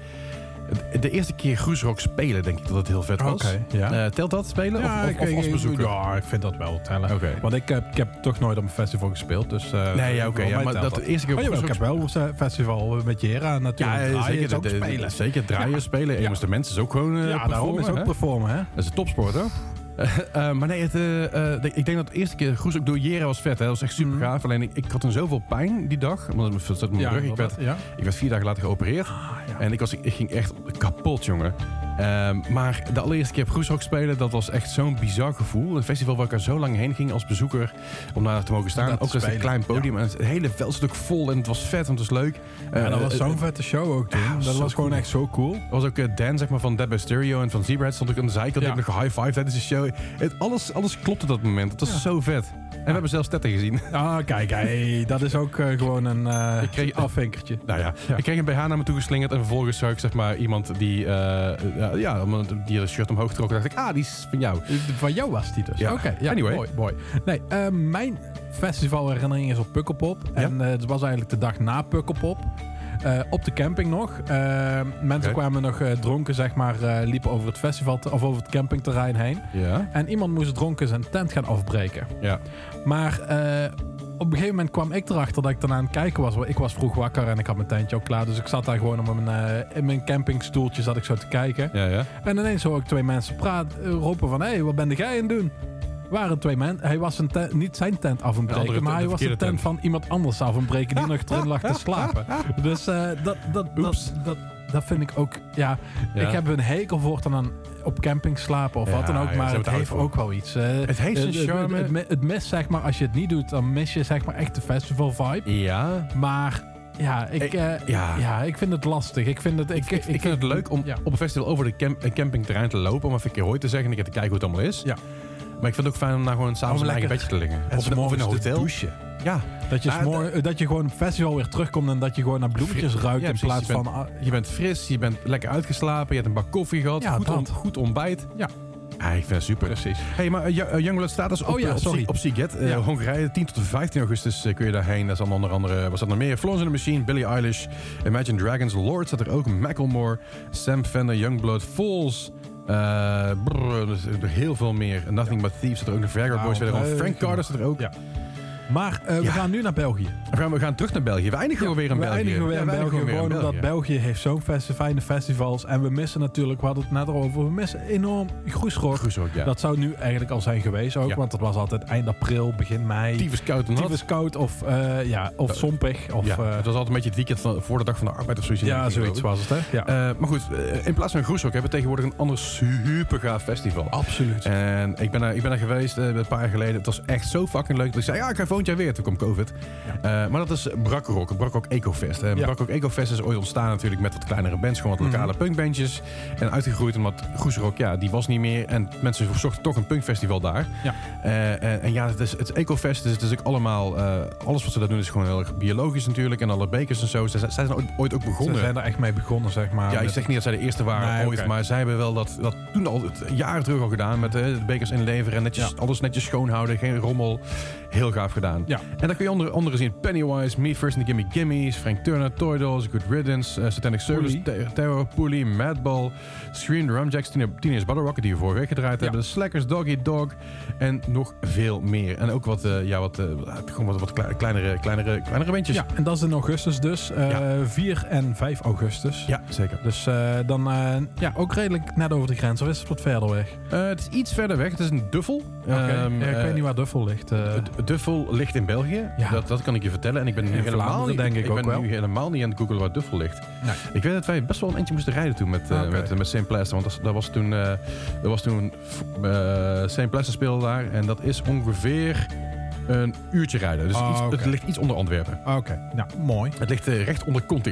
De eerste keer Groesrock spelen, denk ik dat het heel vet was. Okay, ja. uh, telt dat spelen? Ja, of, ik, of, of als bezoeker? Ja, ik vind dat wel tellen. Okay. Want ik heb, ik heb toch nooit op een festival gespeeld. Dus, uh, nee, ja, oké. Okay, ja, maar dat de eerste keer op oh, Groesrock... Ik heb wel een festival met Jera natuurlijk. Ja, draaien zeker. Ook de, spelen. Zeker, draaien, ja. spelen. Emos de mensen is ook gewoon uh, ja, daarom is ook hè? performen. Hè? Dat is een topsport, hoor. Uh, uh, maar nee, het, uh, uh, ik denk dat de eerste keer Groesrock door Jera was vet. Hè? Dat was echt super gaaf. Mm. Alleen ik, ik had toen zoveel pijn die dag. Omdat het zat mijn ja, rug. Ik werd, ja. ik werd vier dagen later geopereerd. Ah, ja. En ik, was, ik ging echt kapot, jongen. Um, maar de allereerste keer op Groesrock spelen, dat was echt zo'n bizar gevoel. Een festival waar ik er zo lang heen ging als bezoeker om daar te mogen staan. Dat ook als een klein podium. Ja. En het hele veld stond vol en het was vet en het was leuk. Ja, uh, dat was zo'n uh, vette show ook toen. Ja, dat was gewoon cool. echt zo cool. Er was ook uh, Dan zeg maar, van Dead by Stereo en van Zebrahead stond ook aan de zijkant. Ja. Ik nog high five tijdens de show. Het, alles, alles klopte dat moment. Het was ja. zo vet. En we hebben zelfs Tetten gezien. Ah, kijk, hey, dat is ook uh, gewoon een uh, ik kreeg, afvinkertje. Nou ja, ja, ik kreeg een B H naar me toe geslingerd en vervolgens zag ik zeg maar iemand die, uh, uh, ja, die een shirt omhoog trok. En dacht ik, ah, die is van jou. Van jou was die dus? Ja. Oké, okay, ja, anyway. mooi, mooi. Nee, uh, mijn festivalherinnering is op Pukkelpop. Ja? En uh, het was eigenlijk de dag na Pukkelpop. Uh, op de camping nog. Uh, mensen okay. kwamen nog uh, dronken, zeg maar, uh, liepen over het festival te, of over het campingterrein heen. Ja. En iemand moest dronken zijn tent gaan afbreken. Ja. Maar uh, op een gegeven moment kwam ik erachter dat ik daarna aan het kijken was. Ik was vroeg wakker en ik had mijn tentje ook klaar. Dus ik zat daar gewoon op mijn, uh, in mijn campingstoeltje zat ik zo te kijken. Ja, ja. En ineens hoor ik twee mensen praten, uh, roepen van... Hé, hey, wat ben jij aan het doen? Waren twee mensen. Hij was een tent, niet zijn tent af en breken, maar hij was de tent, tent van iemand anders af en breken die nog erin lag te slapen. Dus uh, dat, dat, dat, dat, dat vind ik ook... Ja, ja. Ik heb een hekel voor dan op camping slapen of ja, wat dan ook, maar ja, het heeft ook wel iets. Uh, het heeft zijn charme. Het, het, het mist, zeg maar, als je het niet doet, dan mis je zeg maar echt de festival vibe. Ja. Maar... Ja ik, uh, ja. ja, ik vind het lastig. Ik vind het, ik, ik, ik, ik vind het leuk om ja. op een festival over de camp, campingterrein te lopen, om even een keer hoi te zeggen en ik te kijken hoe het allemaal is. Ja. Maar ik vind het ook fijn om daar gewoon s'avonds in een eigen bedje te liggen. Of, of, of in een hotel. Douchen. Ja. Dat je, nou, smoor, dat je gewoon op het festival weer terugkomt en dat je gewoon naar bloemetjes ruikt ja, in precies, plaats je bent, van... Je bent fris, je bent lekker uitgeslapen, je hebt een bak koffie gehad, ja, goed, on, goed ontbijt. Ja. Ah, ik vind het super. Precies. Hey, maar uh, Youngblood staat dus op, oh, ja, op, sorry. op Seagate. Uh, ja. Hongarije, tien tot vijftien augustus uh, kun je daarheen. Dat is onder andere, was dat nog meer? Florence and the Machine, Billie Eilish, Imagine Dragons, Lord staat er ook, Macklemore, Sam Fender, Youngblood, Falls... Uh, brrr, dus heel veel meer. Nothing ja. But Thieves staat er ook. De Vagrant Boys staat er ook. Frank Carter staat er ook. Ja. Maar uh, we ja. gaan nu naar België. We gaan, we gaan terug naar België. We eindigen ja, weer in we België. Eindigen weer ja, in we België. eindigen Gewoon weer in omdat België. België heeft zo'n fijne festivals. En we missen natuurlijk, we hadden het net over, we missen enorm Groesrock. Groesrock ja. Dat zou nu eigenlijk al zijn geweest ook. Ja. Want dat was altijd eind april, begin mei. Tyfus koud en nat. Tyfus koud of, uh, ja, of uh, zompig. Of, ja, uh, het was altijd een beetje het weekend van, voor de dag van de arbeid of zoiets. Ja, zoiets was het. Hè? Ja. Uh, maar goed, uh, in plaats van Groesrock hebben we tegenwoordig een ander super gaaf festival. Absoluut. En ik ben daar, ik ben daar geweest uh, een paar jaar geleden. Het was echt zo fucking leuk. Dat ik zei, ja, ik ga volgend jaar weer. Toen kwam COVID. Ja. Uh, maar dat is Brakrock, Brakrock Ecofest. Uh, ja. Brakrock Ecofest is ooit ontstaan natuurlijk met wat kleinere bands, gewoon wat lokale mm. punkbandjes. En uitgegroeid omdat Groesrock, ja, die was niet meer. En mensen zochten toch een punkfestival daar. Ja. Uh, en, en ja, het is, het is Ecofest, dus het is ook allemaal, uh, alles wat ze daar doen is gewoon heel erg biologisch natuurlijk. En alle bekers en zo. Zij, zij zijn ooit, ooit ook begonnen. Ze zijn er echt mee begonnen, zeg maar. Ja, ik zeg niet dat zij de eerste waren nee, ooit, okay. maar zij hebben wel dat, dat toen al jaren terug al gedaan met uh, de bekers inleveren en netjes, ja. alles netjes schoonhouden, geen rommel. Heel gaaf gedaan. Ja. En dan kun je andere, andere zien. Pennywise, Me First and the Gimme Gimmes, Frank Turner, Toy Dolls, Good Riddance, uh, Satanic Service, Te- Terror, Pulley, Madball, Scream, The Rumjacks, Teenage Battle Rocket, die we vorige week gedraaid ja. hebben, de Slackers, Doggy Dog en nog veel meer. En ook wat, uh, ja, wat, uh, gewoon wat, wat kleinere, kleinere, kleinere bandjes. Ja, en dat is in augustus dus. Uh, ja. vier en vijf augustus. Ja, zeker. Dus uh, dan uh, ja, ook redelijk net over de grens. Of is het wat verder weg? Uh, het is iets verder weg. Het is een Duffel. Okay. Um, ja, ik uh, weet niet waar Duffel ligt. Uh, Duffel ligt in België. Ja. Dat, dat kan ik je vertellen. En ik ben nu in helemaal niet, denk ik, ik ook ben wel. nu helemaal niet aan het googlen waar Duffel ligt. Nee. Ik weet dat wij best wel een eindje moesten rijden toen met, uh, okay. met, met Saint Plaster. Want dat, dat was toen, uh, dat was toen uh, Saint Plaster speelde daar. En dat is ongeveer een uurtje rijden. Dus oh, iets, okay. het ligt iets onder Antwerpen. Oké, okay. Nou, mooi. Het ligt uh, recht onder Kontig.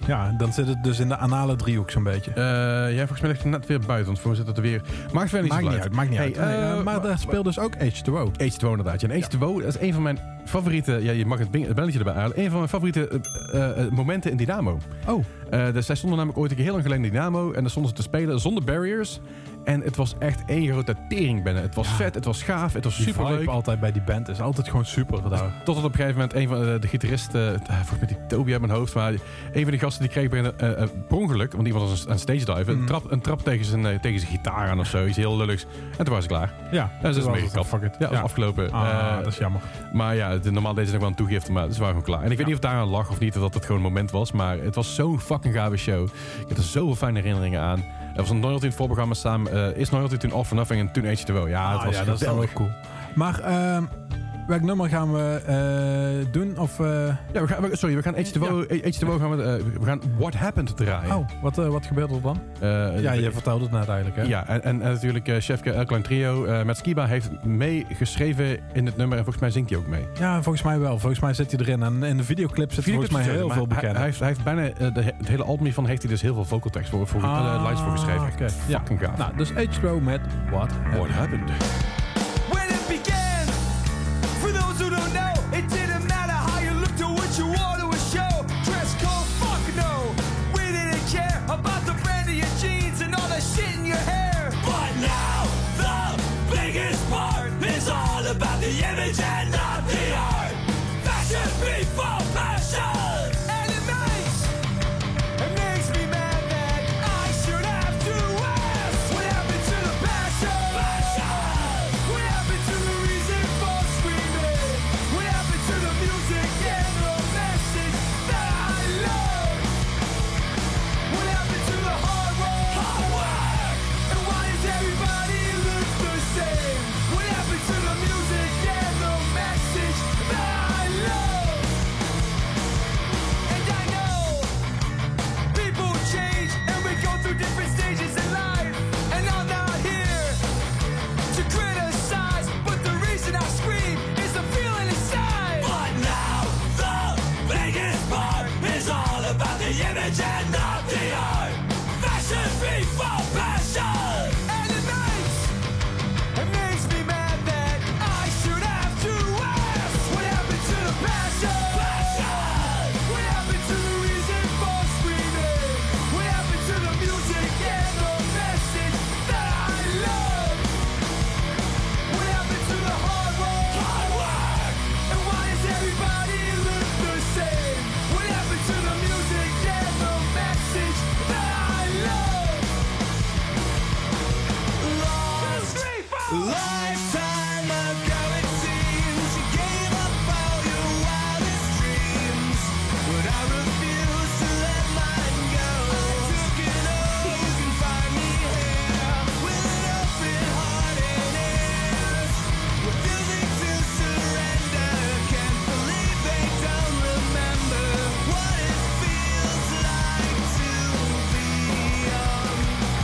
Ja, dan zit het dus in de anale driehoek zo'n beetje. Uh, ja, volgens mij ligt het net weer buiten, want voor me zit het er weer... Maakt verder niet maakt niet uit. uit. Maakt niet hey, uit. Nee, uh, uh, maar daar speelt dus ook H two O. H two O inderdaad. Ja, en H two O ja. is een van mijn favoriete... Ja, je mag het, bing, het belletje erbij halen. Een van mijn favoriete uh, uh, momenten in Dynamo. Oh. Uh, dus zij stonden namelijk ooit een keer heel lang geleden in Dynamo. En dan stonden ze te spelen zonder barriers. En het was echt één grote tering binnen. Het was ja. vet, het was gaaf, het was super leuk. Altijd bij die band is altijd gewoon super gedaan. Tot op een gegeven moment een van de, de gitaristen, uh, volgens mij die Toby uit mijn hoofd, maar een van die gasten die kreeg bij een uh, uh, per ongeluk, want iemand was aan stage diven, mm. een trap, een trap tegen zijn, uh, tegen zijn gitaar aan of zo, iets heel lulligs. En toen was ik klaar. Ja, dat is meegekapt. Fuck it. Ja, dat is ja. afgelopen. Ah, uh, dat is jammer. Maar ja, de, normaal deed ze nog wel een toegifte, maar ze waren gewoon klaar. En ik weet ja. niet of daar aan lag of niet, dat het gewoon een moment was, maar het was zo'n fucking gave show. Ik heb er zoveel fijne herinneringen aan. Er was een Loyalty voorprogramma samen. Uh, is Loyalty toen All for Nothing en toen H two O. Ja, het ah, was ja, dat is dan wel cool. Maar uh, welk nummer gaan we uh, doen? Of, uh... Ja, we gaan, sorry, we gaan H two O, ja. H two O gaan we, uh, we gaan What Happened draaien. Oh, wat, uh, wat gebeurt er dan? Uh, ja, je vertelde het net eigenlijk. Hè? Ja, en, en, en natuurlijk uh, Chefke El Klein Trio uh, met Skiba heeft meegeschreven in het nummer en volgens mij zingt hij ook mee. Ja, volgens mij wel. Volgens mij zit hij erin. En in de videoclip zit volgens mij heel veel bekend. Hij, hij, heeft, hij heeft bijna uh, de, het hele album hiervan heeft hij dus heel veel vocal text voor, voor ah, uh, lines voor geschreven. Okay. Fucking ja. gaaf. Nou, dus H two O met What Happened. What Happened. When it began, for those who don't know, it didn't matter how you looked or what you wore to a show. Dress code, fuck no. We didn't care about the brand of your jeans and all that shit in your hair. But now, the biggest part is all about the image and not the art. Fashion before passion. And it makes, it makes me mad that I should have to ask. What happened to the passion? Passion. What happened to the reason for screaming? What happened to the music and the message that I love? What happened to the hard work? Hard work. And why does everybody look the same? What happened to the music and the message that I love? And I know people change and we go through different stages in life. And I'm not here to criticize, but the reason I scream is the feeling inside. But now the biggest part is all about the image and not the art. Fashion before passion. And it makes, it makes me mad that I should have to ask. What happened to the passion? Passion. What happened to the reason for screaming? What happened to the music and the message that I love? What happened to the hard work? Hard work. And why does everybody look the same? What happened to the music and the message that I love? Lost lifetime ago it seems you gave up all your wildest dreams, but I refuse to let mine go. I took it all. You can find me here with an open heart and ears, refusing to surrender. Can't believe they don't remember what it feels like to be young.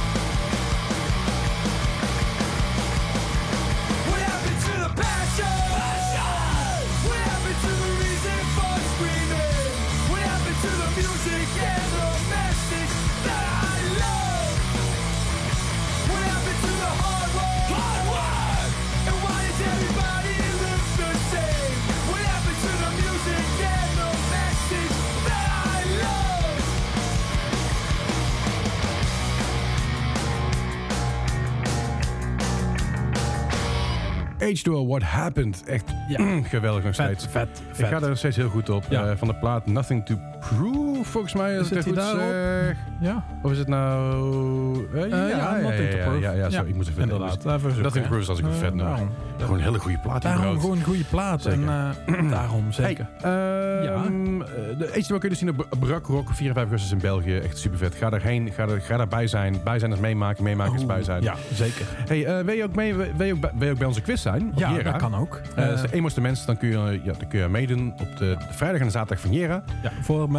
What happened to the passion? Passion. What happened to the reason for screaming? What happened to the music and the message that I love? What happened to the hard work? Hard work. And why does everybody look the same? What happened to the music and the message that I love? H two O, What Happened. Echt Ja. geweldig nog Vet, steeds. vet, Ik vet. ga er nog steeds heel goed op. Ja. Uh, van de plaat Nothing to Prove, volgens mij. Als Zit ik het hij goed daarop? zeg. Ja. Of is het nou... Uh, ja, ja, ja, Nothing ja, to ja, Prove. Ja, ja, sorry, Ja, ik moest even... inderdaad. Even Even zoeken, Nothing to hè? Prove is als ik een Uh, vet nummer. daarom. Gewoon een hele goede plaat. Daarom überhaupt. gewoon een goede plaat. Zeker. En uh, daarom zeker. Hey, Ja. um, de H two O kun je dus zien op Brak Rock, vier en vijf augustus in België. Echt super vet. Ga daarheen, ga, er, ga daarbij zijn. Bijzijners meemaken, meemakers bij zijn. Ja, zeker. Hey, uh, wil, je ook mee, wil, je ook bij, wil je ook bij onze quiz zijn? Op Ja, Jera? dat kan ook. Uh, Uh, als de eenmaal de mensen, dan kun je, ja, dan kun je meedoen op de, de vrijdag en de zaterdag van Jera. ja, voor mensen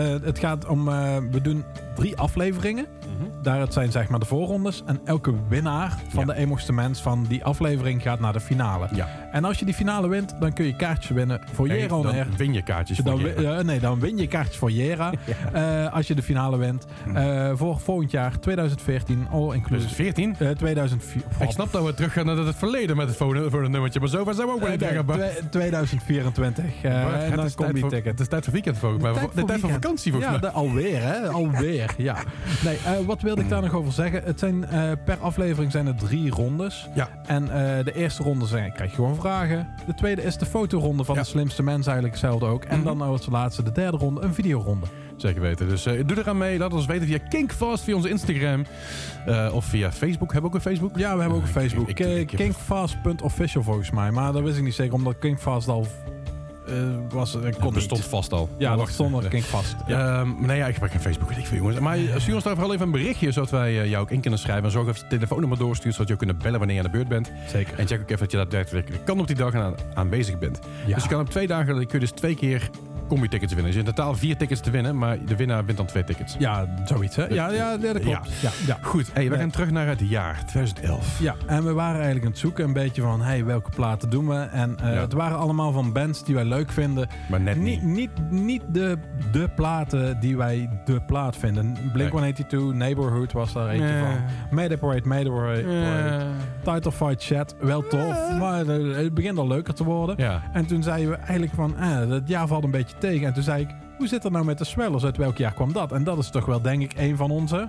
het gaat om... Uh, we doen drie afleveringen. Mm-hmm. Daar het zijn zeg maar de voorrondes. En elke winnaar van ja. de Emo'ste Mens van die aflevering gaat naar de finale. Ja. En als je die finale wint, dan kun je kaartjes winnen voor nee, Jera On Air. Dan win je kaartjes dan voor Jera. Uh, nee, dan win je kaartjes voor Jera. ja. uh, als je de finale wint. Uh, voor volgend jaar, twintig veertien, all inclusive. twintig veertien? Uh, tweeduizend vier. Ik snap dat we terug gaan naar het verleden met het voor, voor het nummertje. Maar zover zijn we ook wel niet uh, nee, twintig vierentwintig. Uh, en dan komt die ticket. Het is tijd voor weekend volgens mij. De tijd voor vakantie volgens mij. Ja, de, alweer hè. Alweer, ja. Nee, uh, wat wilde ik daar nog over zeggen? Het zijn uh, per aflevering zijn er drie rondes. Ja. En uh, de eerste ronde zijn, krijg je gewoon vragen. De tweede is de fotoronde van ja. de slimste mens, eigenlijk hetzelfde ook. En mm-hmm. dan als laatste de derde ronde, een videoronde. Zeker weten. Dus uh, doe eraan mee. Laat ons weten via Kinkfast, via onze Instagram. Uh, of via Facebook. Hebben we ook een Facebook? Ja, we hebben ook een Facebook. Ik, ik, ik, ik, Kinkfast punt official volgens mij. Maar dat wist ik niet zeker, omdat Kinkfast al... Uh, was, uh, kon bestond niet. Vast al. Ja, dat stond er Kinkfast. Ja. Um, nee, ja, ik gebruik geen Facebook, weet ik veel, jongens. Maar stuur ons daar vooral even een berichtje, zodat wij uh, jou ook in kunnen schrijven. En zorg even het telefoonnummer doorstuurt, zodat je ook kunnen bellen wanneer je aan de beurt bent. Zeker. En check ook even dat je daadwerkelijk kan op die dag en aan, aanwezig bent. Ja. Dus je kan op twee dagen, kun je dus twee keer combi-tickets winnen. Dus in totaal vier tickets te winnen, maar de winnaar wint dan twee tickets. Ja, zoiets, hè? Ja, ja, ja dat klopt. Ja. Ja. Ja. Goed, hey, we nee. gaan terug naar het jaar twintig elf. Ja, en we waren eigenlijk aan het zoeken een beetje van, hey, welke platen doen we? En uh, ja. het waren allemaal van bands die wij leuk vinden. Maar net niet. Niet, niet, niet de, de platen die wij de plaat vinden. Blink honderdtweeëntwintig, Neighborhood was daar eentje nee. van. Mayday Parade, Mayday Parade. Nee. Title Fight Chat, wel tof, nee. maar het begint al leuker te worden. Ja. En toen zeiden we eigenlijk van, ah, dat jaar valt een beetje tegen. En toen zei ik, hoe zit het nou met de Swellers? Uit welk jaar kwam dat? En dat is toch wel, denk ik, een van onze...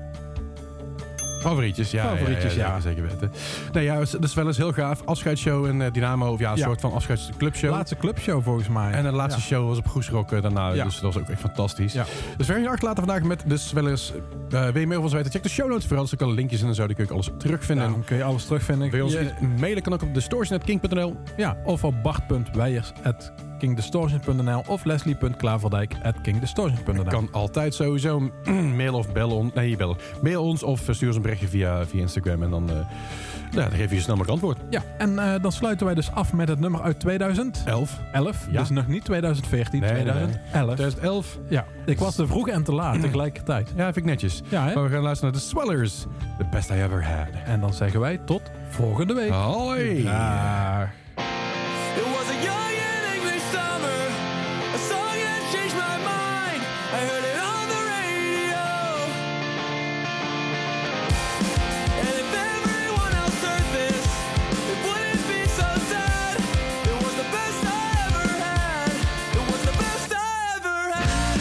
Favorietjes, ja. Favorietjes, ja. ja, ja. Zeker weten. Nee, ja, dat is wel eens heel gaaf. Afscheidsshow in uh, Dynamo, of ja, een ja. soort van afscheidsclubshow. Laatste clubshow volgens mij. En de laatste ja. show was op Groesrock uh, daarna, ja. dus dat was ook echt fantastisch. Ja. Dus we gaan je achterlaten vandaag met de Swellers. Uh, wil je meer van ons weten? Check de show notes vooral, dus er linkjes in en zo, dan kun je alles terugvinden. Ja, dan kun je alles terugvinden. Wil je ons ja. mailen, kan ook op distortion at king punt n l. Ja, of op bart punt weijers at king distortion punt n l of leslie punt klaverdijk at king distortion punt n l. Kan altijd sowieso mailen of bellen ons. Nee, bellen. Mail ons of stuur ons een berichtje via, via Instagram en dan, uh, ja, dan geef je je snel maar antwoord. Ja, en uh, dan sluiten wij dus af met het nummer uit tweeduizend elf. elf, ja. Dus nog niet tweeduizend veertien, nee, tweeduizend elf. tweeduizend elf. Ja, ik was te vroeg en te laat tegelijkertijd. Ja, vind ik netjes. Ja, hè? Maar we gaan luisteren naar de Swellers. The best I ever had. En dan zeggen wij tot volgende week. Hoi. Dag. It was a young and English summer, a song that changed my mind. I heard it on the radio. And if everyone else heard this, it wouldn't be so sad. It was the best I ever had. It was the best I ever had.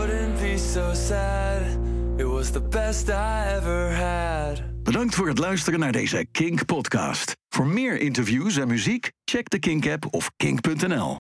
wouldn't be so sad. It was the best I ever had. Bedankt voor het luisteren naar deze Kink podcast. Voor meer interviews en muziek, check de Kink app of kink punt n l.